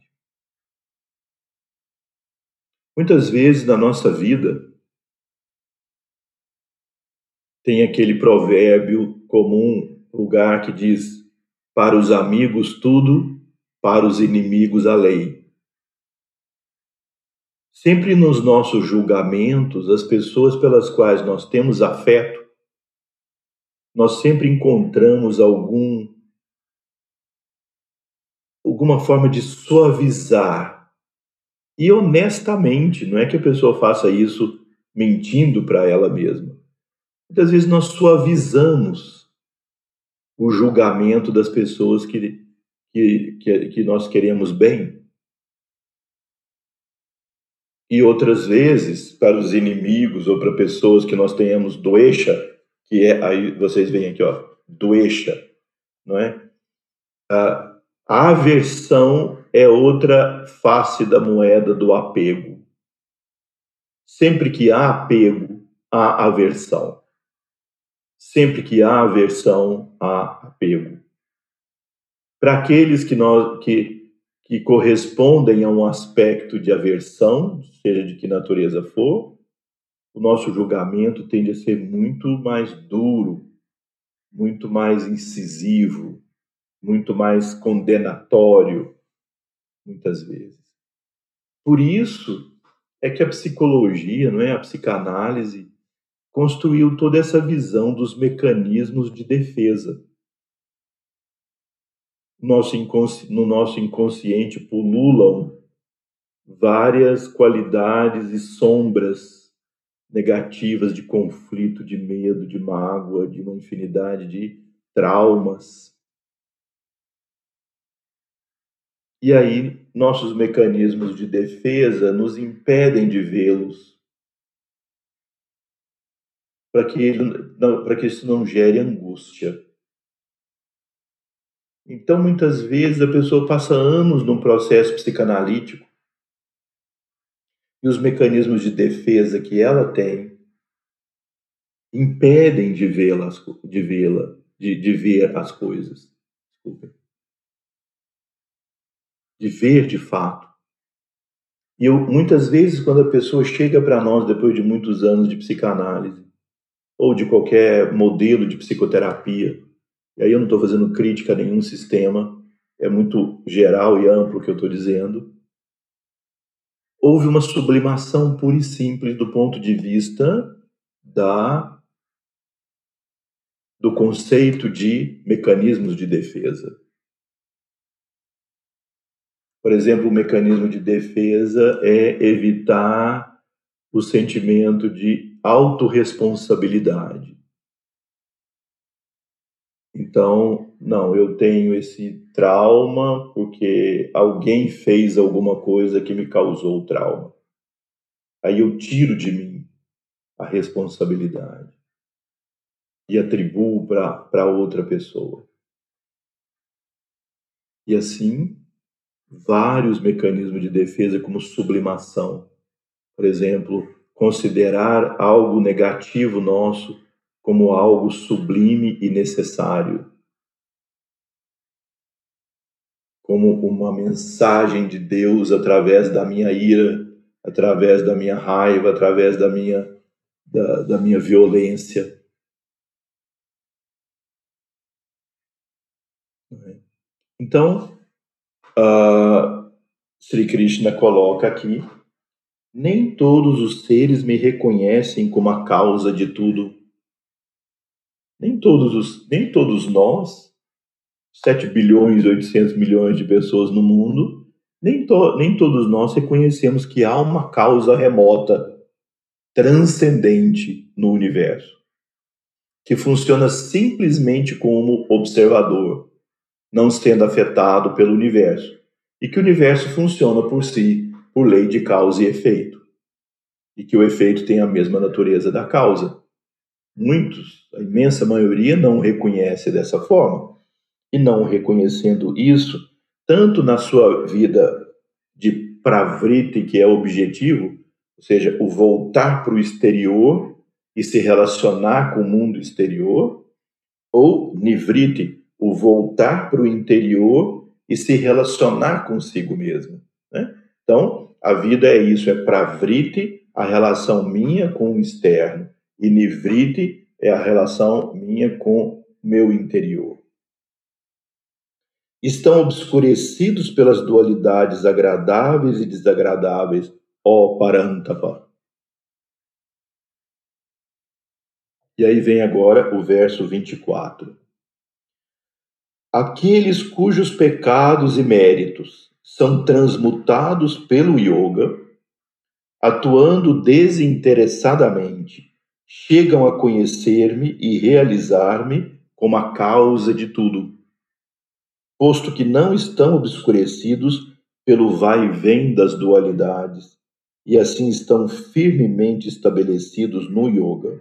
Muitas vezes na nossa vida tem aquele provérbio comum, lugar que diz: para os amigos tudo, para os inimigos a lei. Sempre nos nossos julgamentos, as pessoas pelas quais nós temos afeto, nós sempre encontramos alguma forma de suavizar. E honestamente, não é que a pessoa faça isso mentindo para ela mesma. Muitas vezes nós suavizamos o julgamento das pessoas que nós queremos bem. E outras vezes, para os inimigos ou para pessoas que nós tenhamos doença, que é, aí vocês veem aqui, ó, doença, não é? A aversão é outra face da moeda do apego. Sempre que há apego, há aversão. Sempre que há aversão, há apego. Para aqueles que correspondem a um aspecto de aversão, seja de que natureza for, o nosso julgamento tende a ser muito mais duro, muito mais incisivo, muito mais condenatório, muitas vezes. Por isso é que a psicologia, não é, a psicanálise, construiu toda essa visão dos mecanismos de defesa. No nosso inconsciente pululam várias qualidades e sombras negativas de conflito, de medo, de mágoa, de uma infinidade de traumas. E aí, nossos mecanismos de defesa nos impedem de vê-los, para que isso não gere angústia. Então, muitas vezes, a pessoa passa anos num processo psicanalítico e os mecanismos de defesa que ela tem impedem de vê-la. de ver as coisas. Desculpa. De ver de fato. E muitas vezes, quando a pessoa chega para nós depois de muitos anos de psicanálise, ou de qualquer modelo de psicoterapia, e aí eu não estou fazendo crítica a nenhum sistema, é muito geral e amplo o que eu estou dizendo, houve uma sublimação pura e simples do ponto de vista do conceito de mecanismos de defesa. Por exemplo, o mecanismo de defesa é evitar o sentimento de autorresponsabilidade. Então, não, eu tenho esse trauma porque alguém fez alguma coisa que me causou o trauma. Aí eu tiro de mim a responsabilidade e atribuo para outra pessoa. E assim, vários mecanismos de defesa, como sublimação. Por exemplo, considerar algo negativo nosso como algo sublime e necessário, como uma mensagem de Deus através da minha ira, através da minha raiva, através da minha violência. Então, Sri Krishna coloca aqui: nem todos os seres me reconhecem como a causa de tudo. Nem todos nós, 7 bilhões e 800 milhões de pessoas no mundo, nem todos nós reconhecemos que há uma causa remota, transcendente no universo, que funciona simplesmente como observador, não sendo afetado pelo universo, e que o universo funciona por si, por lei de causa e efeito, e que o efeito tem a mesma natureza da causa. Muitos, a imensa maioria, não reconhece dessa forma. E não reconhecendo isso, tanto na sua vida de pravriti, que é o objetivo, ou seja, o voltar para o exterior e se relacionar com o mundo exterior, ou nivriti, o voltar para o interior e se relacionar consigo mesmo, né? Então, a vida é isso, é pravriti, a relação minha com o externo, e nivriti é a relação minha com o meu interior. Estão obscurecidos pelas dualidades agradáveis e desagradáveis, ó Parantapa. E aí vem agora o verso 24. Aqueles cujos pecados e méritos são transmutados pelo yoga, atuando desinteressadamente, chegam a conhecer-me e realizar-me como a causa de tudo, posto que não estão obscurecidos pelo vai e vem das dualidades, e assim estão firmemente estabelecidos no yoga.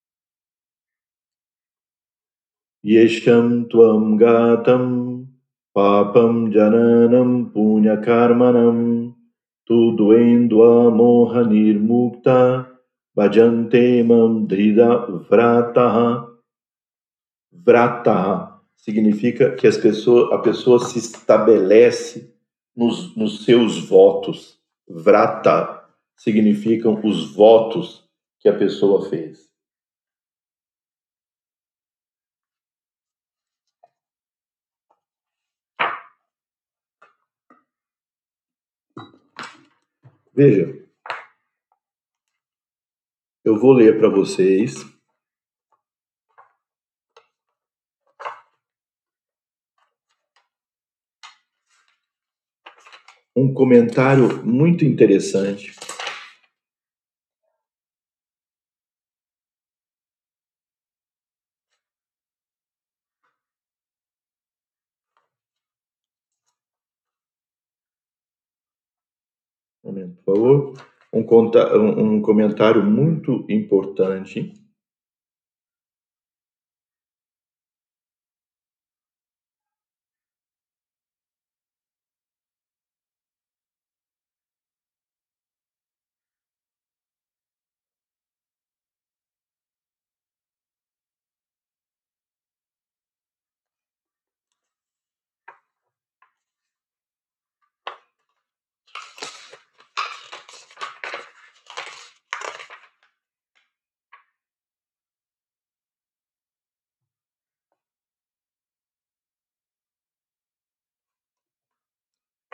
Yesham tvam gatam papam jananam punyakarmanam tuduendva moha nirmukta bhajante mam drida vrataha. Vrataha significa que a pessoa se estabelece nos seus votos. Vrata significam os votos que a pessoa fez. Veja, eu vou ler para vocês um comentário muito interessante um momento, por favor. Um comentário muito importante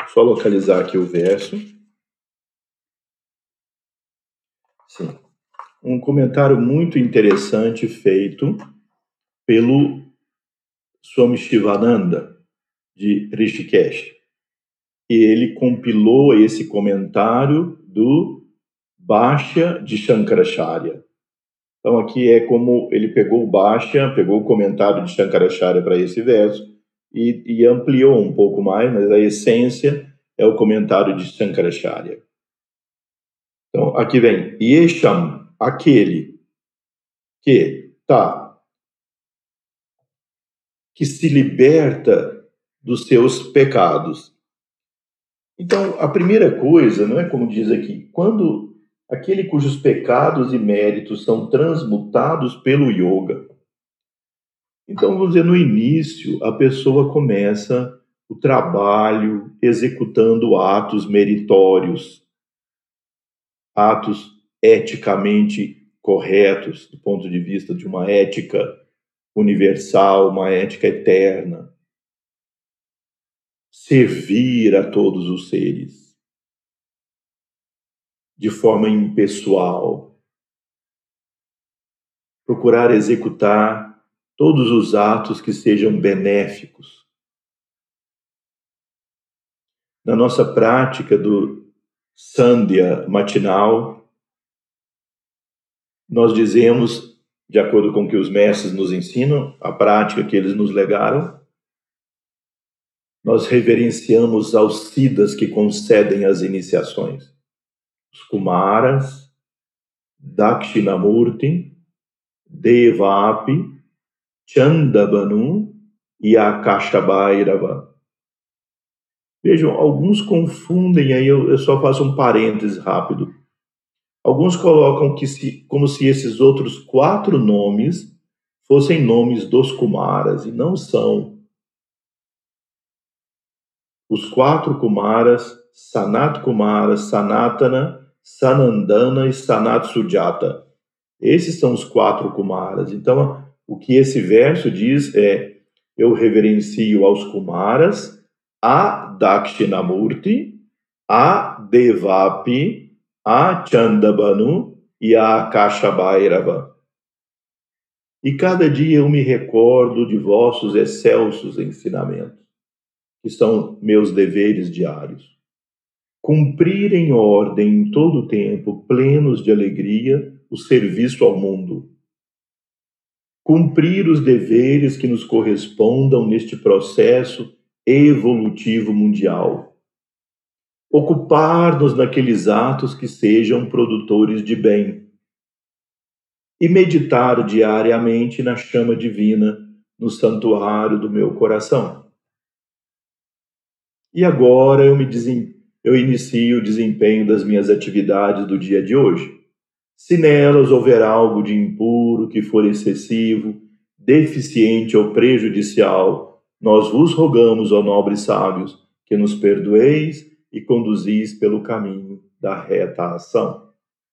Só localizar aqui o verso. Sim. Um comentário muito interessante feito pelo Swami Shivananda, de Rishikesh. E ele compilou esse comentário do Bhashya de Shankaracharya. Então aqui é como ele pegou o Bhashya, pegou o comentário de Shankaracharya para esse verso e ampliou um pouco mais, mas a essência é o comentário de Shankaracharya. Então aqui vem Yesham, aquele que se liberta dos seus pecados. Então, a primeira coisa, não é como diz aqui, quando aquele cujos pecados e méritos são transmutados pelo yoga. Então, vamos dizer, no início, a pessoa começa o trabalho executando atos meritórios, atos eticamente corretos, do ponto de vista de uma ética universal, uma ética eterna. Servir a todos os seres de forma impessoal, procurar executar todos os atos que sejam benéficos. Na nossa prática do Sandhya matinal, nós dizemos, de acordo com o que os mestres nos ensinam, a prática que eles nos legaram, nós reverenciamos aos siddhas que concedem as iniciações. Os Kumaras, Dakshinamurti, Devapi, Chandabanu e Akashabhairava. Vejam, alguns confundem, aí eu só faço um parêntese rápido. Alguns colocam como se esses outros 4 nomes fossem nomes dos Kumaras, e não são. Os 4 Kumaras, Sanat Kumara, Sanatana, Sanandana e Sanat Sujata. Esses são os 4 Kumaras. Então, o que esse verso diz é: eu reverencio aos Kumaras, a Dakshinamurti, a Devapi, a Chandabanu e a Akashabhairava. E cada dia eu me recordo de vossos excelsos ensinamentos, que são meus deveres diários. Cumprir em ordem em todo o tempo, plenos de alegria, o serviço ao mundo. Cumprir os deveres que nos correspondam neste processo evolutivo mundial. Ocupar-nos naqueles atos que sejam produtores de bem. E meditar diariamente na chama divina, no santuário do meu coração. E agora eu inicio o desempenho das minhas atividades do dia de hoje. Se nelas houver algo de impuro, que for excessivo, deficiente ou prejudicial, nós vos rogamos, ó nobres sábios, que nos perdoeis e conduzis pelo caminho da reta ação.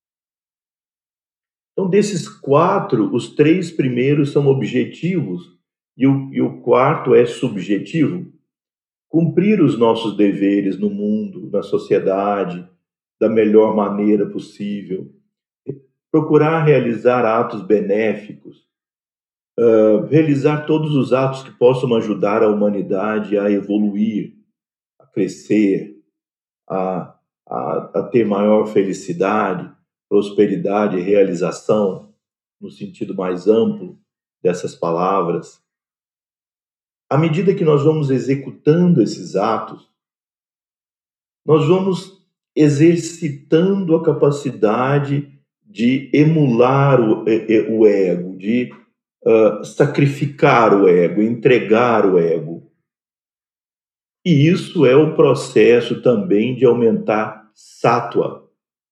Então, desses 4, os 3 primeiros são objetivos e o quarto é subjetivo. Cumprir os nossos deveres no mundo, na sociedade, da melhor maneira possível. Procurar realizar atos benéficos, realizar todos os atos que possam ajudar a humanidade a evoluir, a crescer, a ter maior felicidade, prosperidade e realização, no sentido mais amplo dessas palavras. À medida que nós vamos executando esses atos, nós vamos exercitando a capacidade de emular o ego, de sacrificar o ego, entregar o ego. E isso é o processo também de aumentar sattva.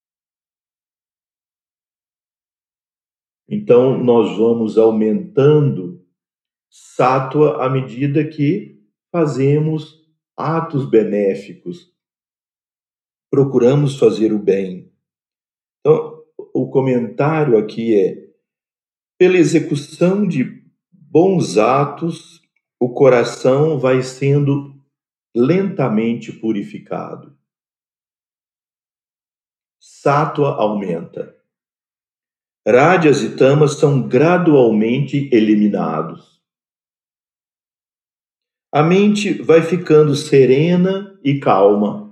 Então, nós vamos aumentando sattva à medida que fazemos atos benéficos, procuramos fazer o bem. Então, o comentário aqui é: pela execução de bons atos, o coração vai sendo lentamente purificado. Sattva aumenta. Rajas e tamas são gradualmente eliminados. A mente vai ficando serena e calma.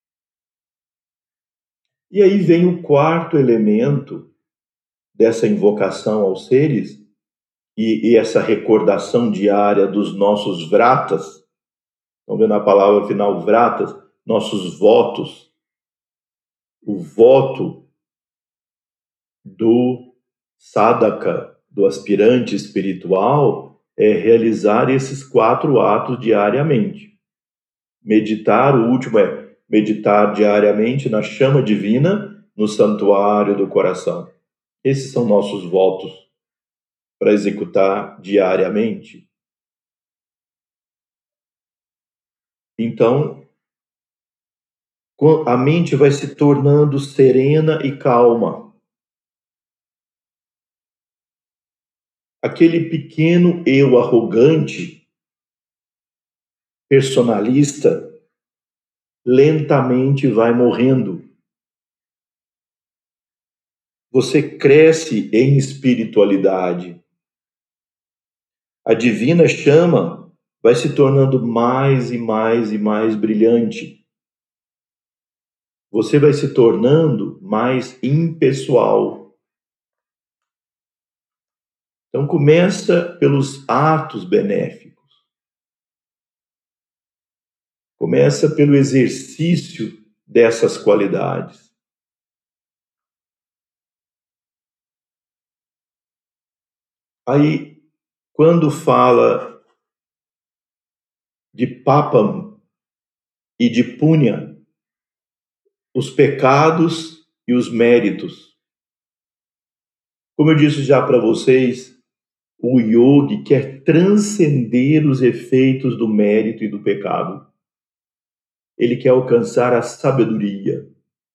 E aí vem o quarto elemento dessa invocação aos seres e essa recordação diária dos nossos vratas. Estão vendo a palavra final, vratas? Nossos votos. O voto do sadhaka, do aspirante espiritual, é realizar esses 4 atos diariamente. Meditar, o último é meditar diariamente na chama divina, no santuário do coração. Esses são nossos votos para executar diariamente. Então, a mente vai se tornando serena e calma. Aquele pequeno eu arrogante, personalista, lentamente vai morrendo. Você cresce em espiritualidade. A divina chama vai se tornando mais e mais e mais brilhante. Você vai se tornando mais impessoal. Então começa pelos atos benéficos. Começa pelo exercício dessas qualidades. Aí, quando fala de papam e de punya, os pecados e os méritos. Como eu disse já para vocês, o yogi quer transcender os efeitos do mérito e do pecado. Ele quer alcançar a sabedoria.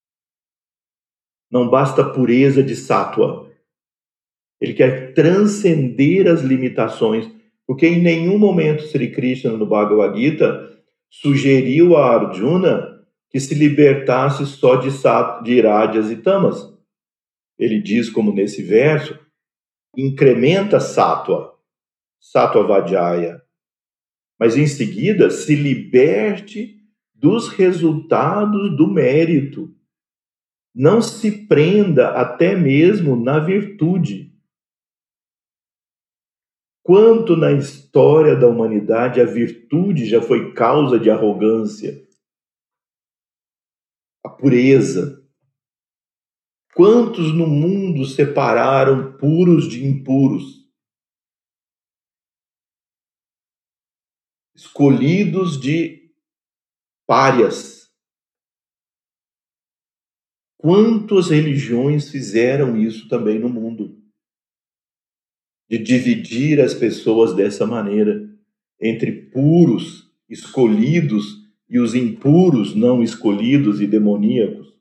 Não basta a pureza de sattva. Ele quer transcender as limitações, porque em nenhum momento Sri Krishna no Bhagavad Gita sugeriu a Arjuna que se libertasse só de rajas e tamas. Ele diz, como nesse verso, incrementa sattva, sattva vajaya, mas em seguida se liberte dos resultados do mérito. Não se prenda até mesmo na virtude. Quanto na história da humanidade a virtude já foi causa de arrogância? A pureza. Quantos no mundo separaram puros de impuros? Escolhidos de párias. Quantas religiões fizeram isso também no mundo? De dividir as pessoas dessa maneira, entre puros, escolhidos, e os impuros, não escolhidos e demoníacos.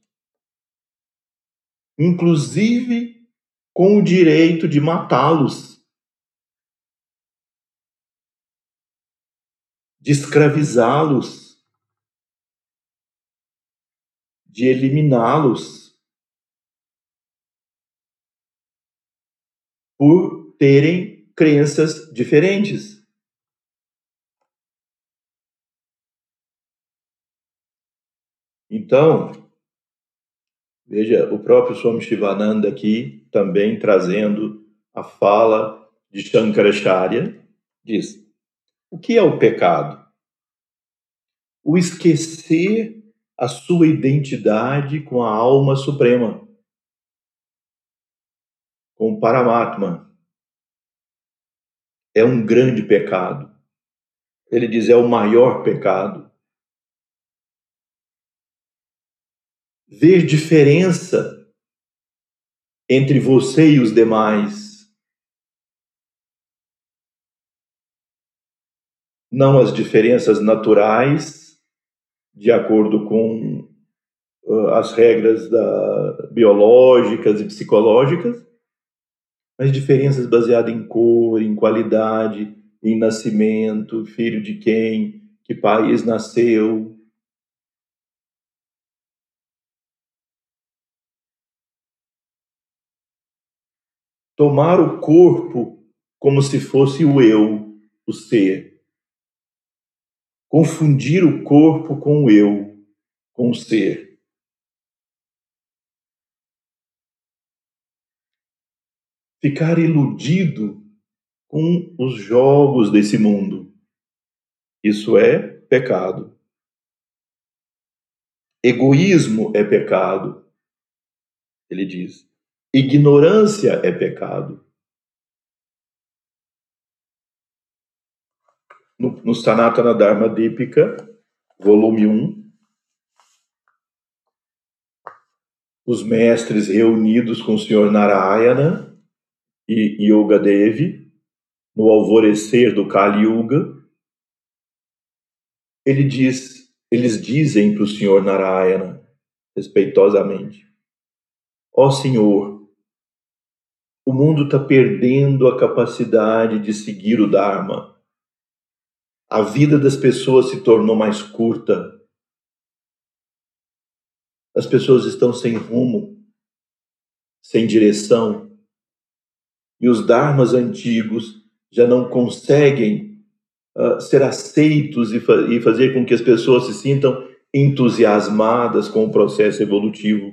Inclusive com o direito de matá-los, de escravizá-los, de eliminá-los, por terem crenças diferentes. Então, veja, o próprio Swami Shivananda aqui, também trazendo a fala de Shankaracharya, diz: o que é o pecado? O esquecer a sua identidade com a alma suprema, com o Paramatma. É um grande pecado. Ele diz, é o maior pecado. Ver diferença entre você e os demais. Não as diferenças naturais, de acordo com as regras biológicas e psicológicas, mas diferenças baseadas em cor, em qualidade, em nascimento, filho de quem, que país nasceu, tomar o corpo como se fosse o eu, o ser, confundir o corpo com o eu, com o ser, ficar iludido com os jogos desse mundo. Isso é pecado. Egoísmo é pecado, ele diz. Ignorância é pecado. No Sanatana Dharma Dipika, volume 1, os mestres reunidos com o Senhor Narayana e Yoga Devi, no alvorecer do Kali Yuga, eles dizem para o Senhor Narayana, respeitosamente: ó Senhor, o mundo está perdendo a capacidade de seguir o Dharma. A vida das pessoas se tornou mais curta. As pessoas estão sem rumo, sem direção. E os dharmas antigos já não conseguem ser aceitos e fazer com que as pessoas se sintam entusiasmadas com o processo evolutivo.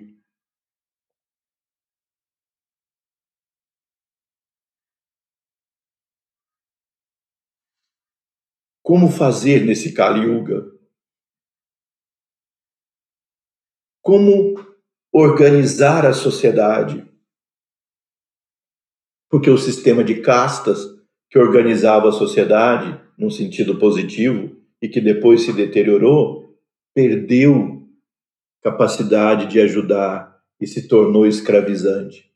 Como fazer nesse Kali Yuga? Como organizar a sociedade? Porque o sistema de castas que organizava a sociedade, num sentido positivo, e que depois se deteriorou, perdeu capacidade de ajudar e se tornou escravizante.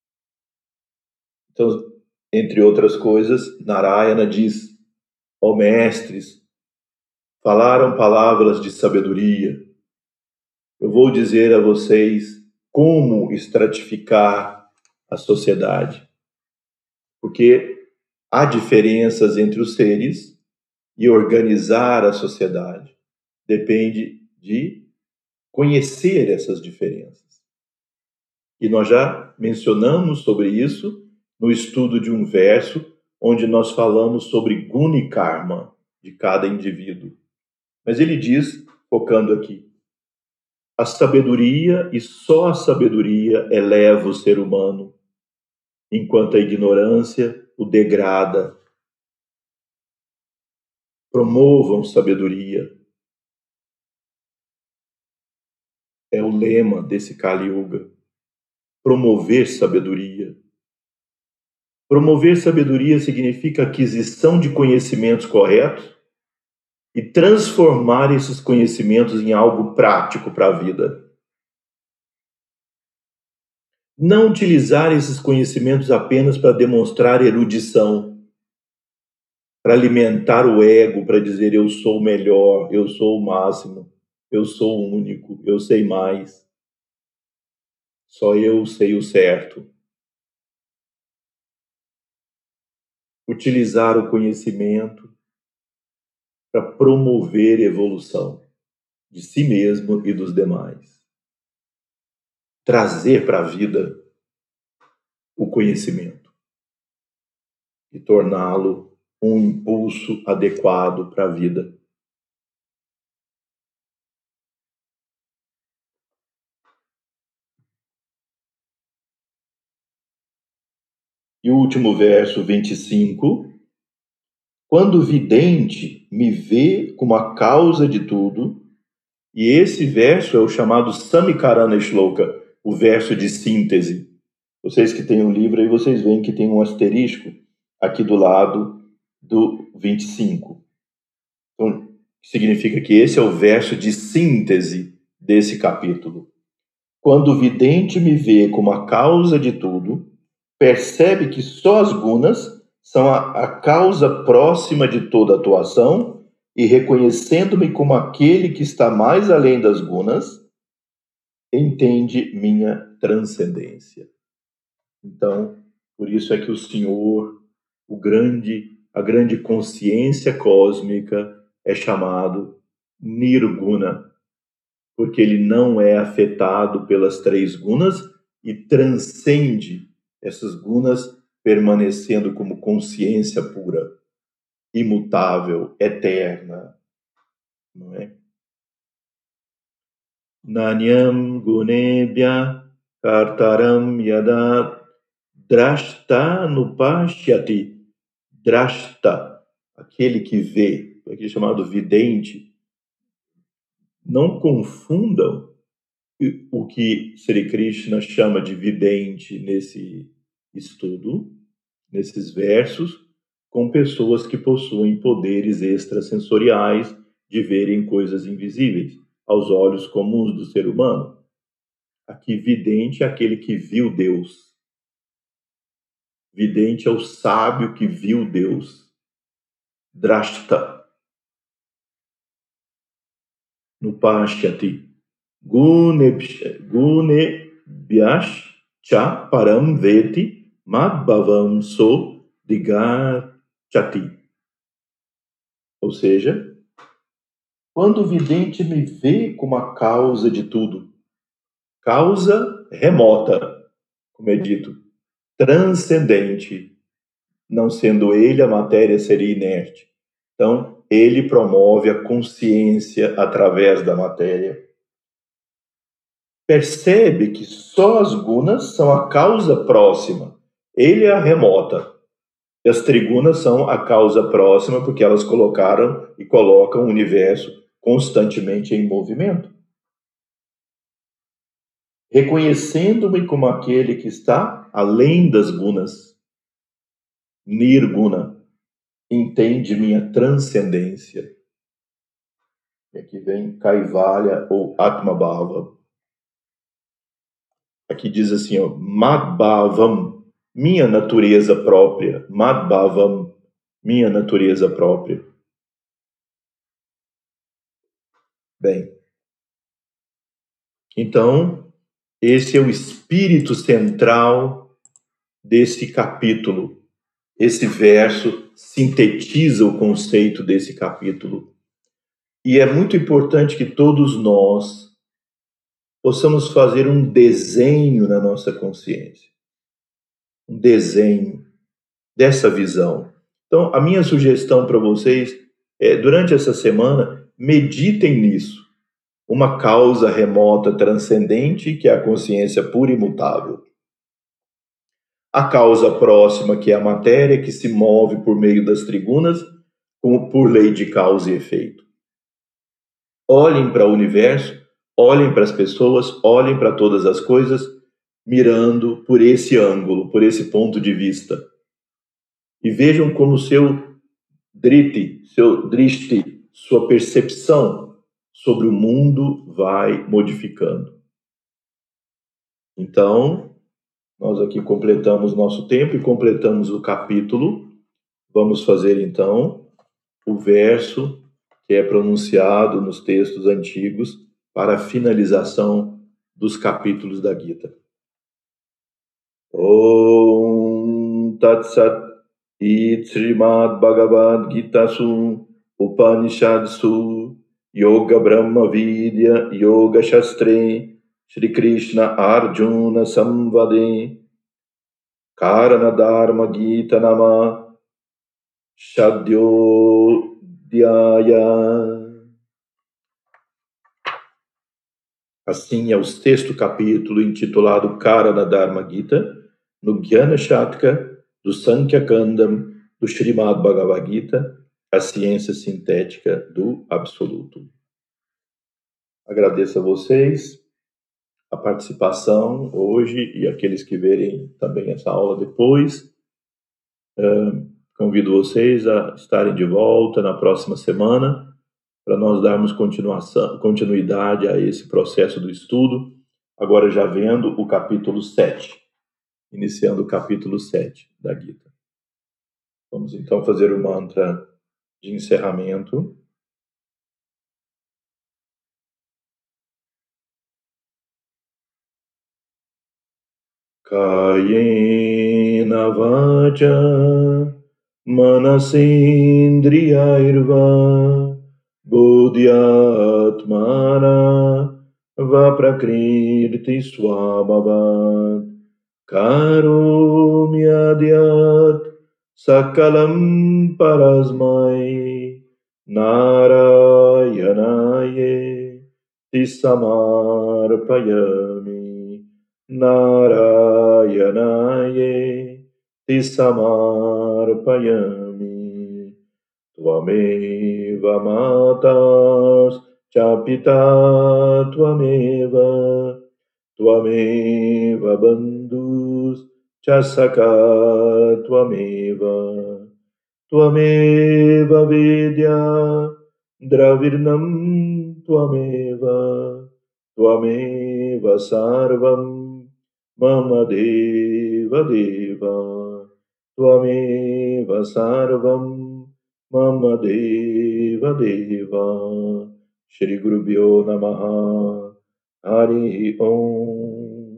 Então, entre outras coisas, Narayana diz: ó mestres, falaram palavras de sabedoria. Eu vou dizer a vocês como estratificar a sociedade. Porque há diferenças entre os seres e organizar a sociedade depende de conhecer essas diferenças. E nós já mencionamos sobre isso no estudo de um verso onde nós falamos sobre guna e karma de cada indivíduo. Mas ele diz, focando aqui, a sabedoria e só a sabedoria eleva o ser humano, enquanto a ignorância o degrada. Promovam sabedoria. É o lema desse Kali Yuga. Promover sabedoria. Promover sabedoria significa aquisição de conhecimentos corretos e transformar esses conhecimentos em algo prático para a vida. Não utilizar esses conhecimentos apenas para demonstrar erudição, para alimentar o ego, para dizer eu sou o melhor, eu sou o máximo, eu sou o único, eu sei mais. Só eu sei o certo. Utilizar o conhecimento para promover evolução de si mesmo e dos demais. Trazer para a vida o conhecimento e torná-lo um impulso adequado para a vida. E o último verso, 25. Quando o vidente me vê como a causa de tudo, e esse verso é o chamado Samikarana Shloka, o verso de síntese. Vocês que têm um livro aí, vocês veem que tem um asterisco aqui do lado do 25. Então, significa que esse é o verso de síntese desse capítulo. Quando o vidente me vê como a causa de tudo, percebe que só as gunas são a causa próxima de toda atuação e reconhecendo-me como aquele que está mais além das gunas, entende minha transcendência. Então, por isso é que o Senhor, a grande consciência cósmica, é chamado Nirguna, porque ele não é afetado pelas 3 gunas e transcende essas gunas, permanecendo como consciência pura, imutável, eterna, não é? Nanyam gunebhya kartaram yada drashta nupashyati. Drashta, aquele que vê, aquele chamado vidente. Não confundam o que Sri Krishna chama de vidente nesse estudo, nesses versos, com pessoas que possuem poderes extrasensoriais de verem coisas invisíveis aos olhos comuns do ser humano. Aqui, vidente é aquele que viu Deus. Vidente é o sábio que viu Deus. Drashta. Nupashyati. Gunebhyash cha param veti madbhavam so digachati. Ou seja, quando o vidente me vê como a causa de tudo, causa remota, como é dito, transcendente, não sendo ele, a matéria seria inerte. Então, ele promove a consciência através da matéria. Percebe que só as gunas são a causa próxima, ele é a remota. E as trigunas são a causa próxima, porque elas colocaram e colocam o universo constantemente em movimento. Reconhecendo-me como aquele que está além das gunas, Nirguna, entende minha transcendência. E aqui vem Kaivalya ou Atmabhava. Aqui diz assim, ó, Madbhavam, minha natureza própria. Madbhavam, minha natureza própria. Bem, então, esse é o espírito central desse capítulo. Esse verso sintetiza o conceito desse capítulo. E é muito importante que todos nós possamos fazer um desenho na nossa consciência. Um desenho dessa visão. Então, a minha sugestão para vocês é, durante essa semana, meditem nisso. Uma causa remota transcendente, que é a consciência pura e imutável. A causa próxima, que é a matéria, que se move por meio das trigunas, como por lei de causa e efeito. Olhem para o universo, olhem para as pessoas, olhem para todas as coisas, mirando por esse ângulo, por esse ponto de vista. E vejam como seu drishti, sua percepção sobre o mundo vai modificando. Então, nós aqui completamos nosso tempo e completamos o capítulo. Vamos fazer então o verso que é pronunciado nos textos antigos para a finalização dos capítulos da Gita. Om Tat Sat Srimad Bhagavad Gita Su Upanishad Su Yoga Brahma Vidya Yoga Shastre Shri Krishna Arjuna Samvade Karana Dharma Gita Nama Shadyo Dhyaya. Assim é o 6º capítulo, intitulado Karana Dharma Gita, no Jnana Shatka do Sankhya Kandam do Srimad Bhagavad Gita, a ciência sintética do Absoluto. Agradeço a vocês a participação hoje e aqueles que verem também essa aula depois. Convido vocês a estarem de volta na próxima semana para nós darmos continuidade a esse processo do estudo, agora já vendo o capítulo 7, iniciando o capítulo 7 da Gita. Vamos então fazer o mantra de encerramento. Kayena vacha manasindriyairva Buddhyatmana Vaprakriti Swabhavat Karomi Adyat Sakalam Parasmai Narayanaye Tisamarpayami Narayanaye Tisamarpayami Tvameva matas chapita tvameva Tvameva bandhus chasaka tvameva Tvameva vidya dravirnam tvameva Tvameva sarvam mama deva deva Tvameva sarvam mama deva deva. Shri Guru Bhyo Namaha. Hari Om.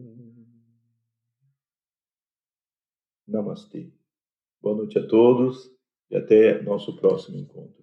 Namastê. Boa noite a todos e até nosso próximo encontro.